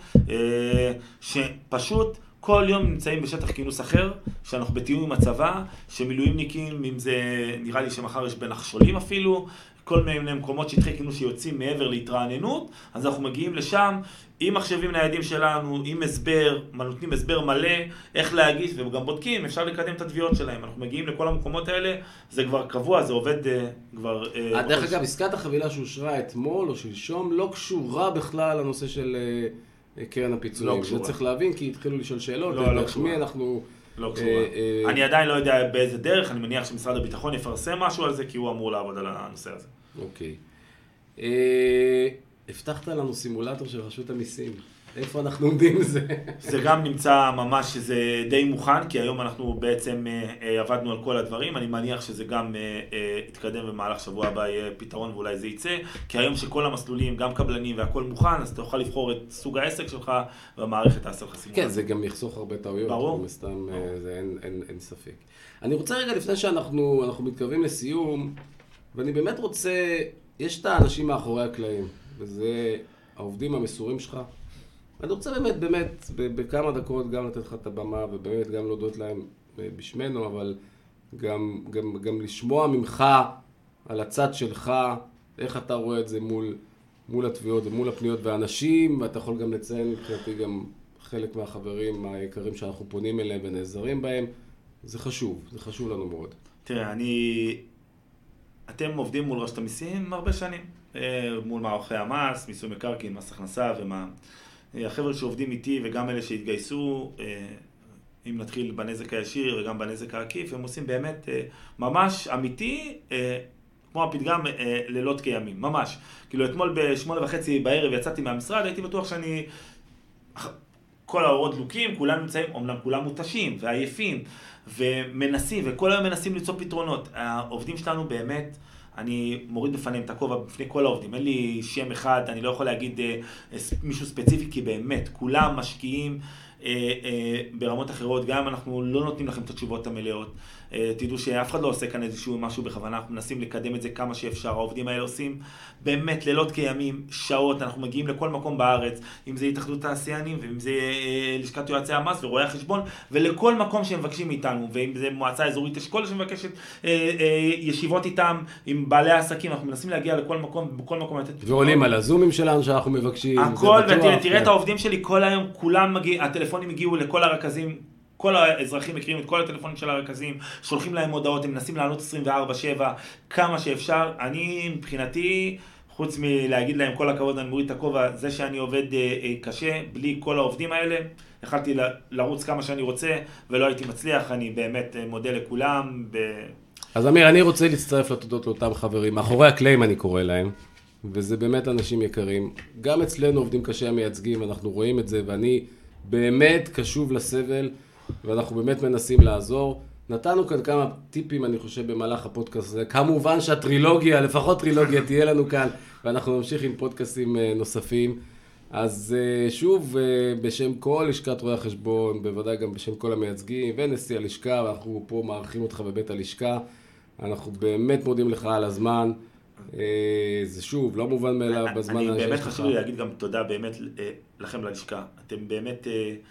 שפשוט כל יום נמצאים בשטח כינוס אחר, שאנחנו בתיאום עם הצבא, שמילואימניקים, אם זה נראה לי שמחר יש בנחשולים אפילו, כל מיני מקומות שטחי כינוס שיוצאים מעבר להתרעננות, אז אנחנו מגיעים לשם עם מחשבים ניידים שלנו, עם הסבר, נותנים הסבר מלא, איך להגיש, וגם בודקים, אפשר לקדם את התביעות שלהם. אנחנו מגיעים לכל המקומות האלה, זה כבר קבוע, זה עובד uh, כבר... Uh, דרך אגב, עסקת החבילה שאושרה אתמול או שלשום, לא קשורה בכלל לנושא של uh, קרן הפיצויים. לא קשורה. זה צריך להבין, כי התחילו לשאול שאלות, לא, לא קשורה. מי אנחנו... לא קשורה. Uh, uh, אני עדיין לא יודע באיזה דרך, אני מניח שמשרד הביטחון יפרסם משהו על זה, כי הוא אמור לעבוד על הנושא הזה. אוקיי. Uh, הבטחת לנו סימולטור של רשות המיסים. איפה אנחנו עומדים בזה? זה גם נמצא ממש, זה די מוכן, כי היום אנחנו בעצם אה, עבדנו על כל הדברים. אני מניח שזה גם אה, אה, יתקדם במהלך שבוע הבא יהיה פתרון ואולי זה יצא. כי היום שכל המסלולים, גם קבלנים והכל מוכן, אז אתה יכול לבחור את סוג העסק שלך והמערכת תעשה לך סימולטור. כן, זה גם יחסוך הרבה טעויות. ברור. מסתם, זה אין, אין, אין ספק. אני רוצה רגע, לפני שאנחנו אנחנו מתקרבים לסיום, ואני באמת רוצה, יש את האנשים מאחורי הקלעים, וזה העובדים המסורים שלך. אני רוצה באמת, באמת, בכמה דקות גם לתת לך את הבמה, ובאמת גם להודות להם בשמנו, אבל גם, גם, גם לשמוע ממך על הצד שלך, איך אתה רואה את זה מול, מול התביעות ומול הפניות והאנשים, ואתה יכול גם לציין מבחינתי גם חלק מהחברים היקרים שאנחנו פונים אליהם ונעזרים בהם. זה חשוב, זה חשוב לנו מאוד. תראה, אני... אתם עובדים מול רשות המיסים הרבה שנים, מול מערכי המס, מיסוי מקרקעין, מס הכנסה ומה... החבר'ה שעובדים איתי וגם אלה שהתגייסו, אם נתחיל בנזק הישיר וגם בנזק העקיף, הם עושים באמת ממש אמיתי, כמו הפתגם, לילות כימים, ממש. כאילו אתמול בשמונה וחצי בערב יצאתי מהמשרד, הייתי בטוח שאני... כל האורות דלוקים, כולם נמצאים, אומנם כולם מותשים ועייפים ומנסים, וכל היום מנסים ליצור פתרונות. העובדים שלנו באמת... אני מוריד בפניהם את הכובע בפני כל העובדים. אין לי שם אחד, אני לא יכול להגיד אה, מישהו ספציפי, כי באמת, כולם משקיעים אה, אה, ברמות אחרות, גם אם אנחנו לא נותנים לכם את התשובות המלאות. אה, תדעו שאף אחד לא עושה כאן איזשהו משהו בכוונה, אנחנו מנסים לקדם את זה כמה שאפשר. העובדים האלה עושים באמת לילות כימים, שעות, אנחנו מגיעים לכל מקום בארץ, אם זה התאחדות תעשיינים, ואם זה אה, לשכת יועצי המס ורואי החשבון, ולכל מקום שהם מבקשים מאיתנו, ואם זה מועצה אזורית אשכול שמבקשת אה, אה, ישיבות איתם, עם בעלי העסקים, אנחנו מנסים להגיע לכל מקום, בכל מקום לתת... ועולים על הזומים שלנו שאנחנו מבקשים. הכל, ותראה את העובדים שלי, כל היום כולם מגיעים, הטלפונים הגיעו לכל הרכזים, כל האזרחים מכירים את כל הטלפונים של הרכזים, שולחים להם הודעות, הם מנסים לענות עשרים וארבע שבע, כמה שאפשר. אני, מבחינתי, חוץ מלהגיד להם כל הכבוד, אני מוריד את הכובע, זה שאני עובד אה, קשה, בלי כל העובדים האלה, יכלתי לרוץ כמה שאני רוצה, ולא הייתי מצליח, אני באמת מודה לכולם. ב... אז אמיר, אני רוצה להצטרף לתודות לאותם חברים, מאחורי הקלעים אני קורא להם, וזה באמת אנשים יקרים. גם אצלנו עובדים קשה המייצגים, אנחנו רואים את זה, ואני באמת קשוב לסבל, ואנחנו באמת מנסים לעזור. נתנו כאן כמה טיפים, אני חושב, במהלך הפודקאסט הזה. כמובן שהטרילוגיה, לפחות טרילוגיה, תהיה לנו כאן, ואנחנו נמשיך עם פודקאסטים נוספים. אז שוב, בשם כל לשכת רואי החשבון, בוודאי גם בשם כל המייצגים, ונשיא הלשכה, ואנחנו פה מערכים אותך בבית הלשכה. אנחנו באמת מודים לך על הזמן. זה שוב, לא מובן מאליו בזמן אני באמת חשוב לי להגיד גם תודה באמת לכם ללשכה. אתם באמת...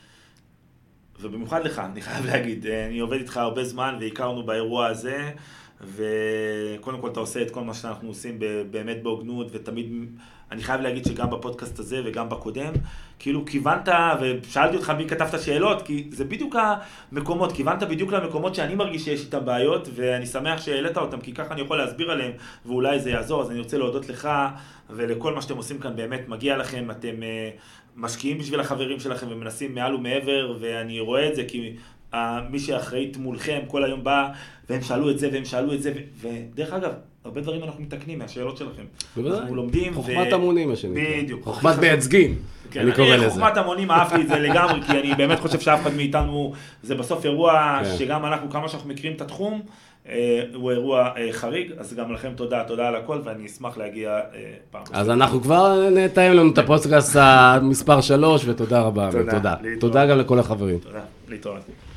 ובמיוחד לך, אני חייב להגיד, אני עובד איתך הרבה זמן והכרנו באירוע הזה, וקודם כל אתה עושה את כל מה שאנחנו עושים באמת בהוגנות, ותמיד, אני חייב להגיד שגם בפודקאסט הזה וגם בקודם, כאילו כיוונת, ושאלתי אותך מי כתבת שאלות, כי זה בדיוק המקומות, כיוונת בדיוק למקומות שאני מרגיש שיש איתם בעיות, ואני שמח שהעלית אותם, כי ככה אני יכול להסביר עליהם, ואולי זה יעזור. אז אני רוצה להודות לך, ולכל מה שאתם עושים כאן באמת מגיע לכם, אתם משקיעים בשביל החברים שלכם, ומנסים מעל ומעבר, ואני רואה את זה, כי מי שאחראית מולכם כל היום בא, והם שאלו את זה, והם שאלו את זה, ודרך אגב, הרבה דברים אנחנו מתקנים מהשאלות שלכם. אנחנו לומדים. חוכמת המונים, מה שנקרא. בדיוק. חוכמת מייצגים. אני קורא לזה. חוכמת המונים, אהבתי את זה לגמרי, כי אני באמת חושב שאף אחד מאיתנו, זה בסוף אירוע שגם אנחנו, כמה שאנחנו מכירים את התחום, הוא אירוע חריג, אז גם לכם תודה, תודה על הכל, ואני אשמח להגיע פעם. אז אנחנו כבר נתאם לנו את הפודקאסט המספר שלוש, ותודה רבה. תודה. תודה גם לכל החברים. תודה, להתראות.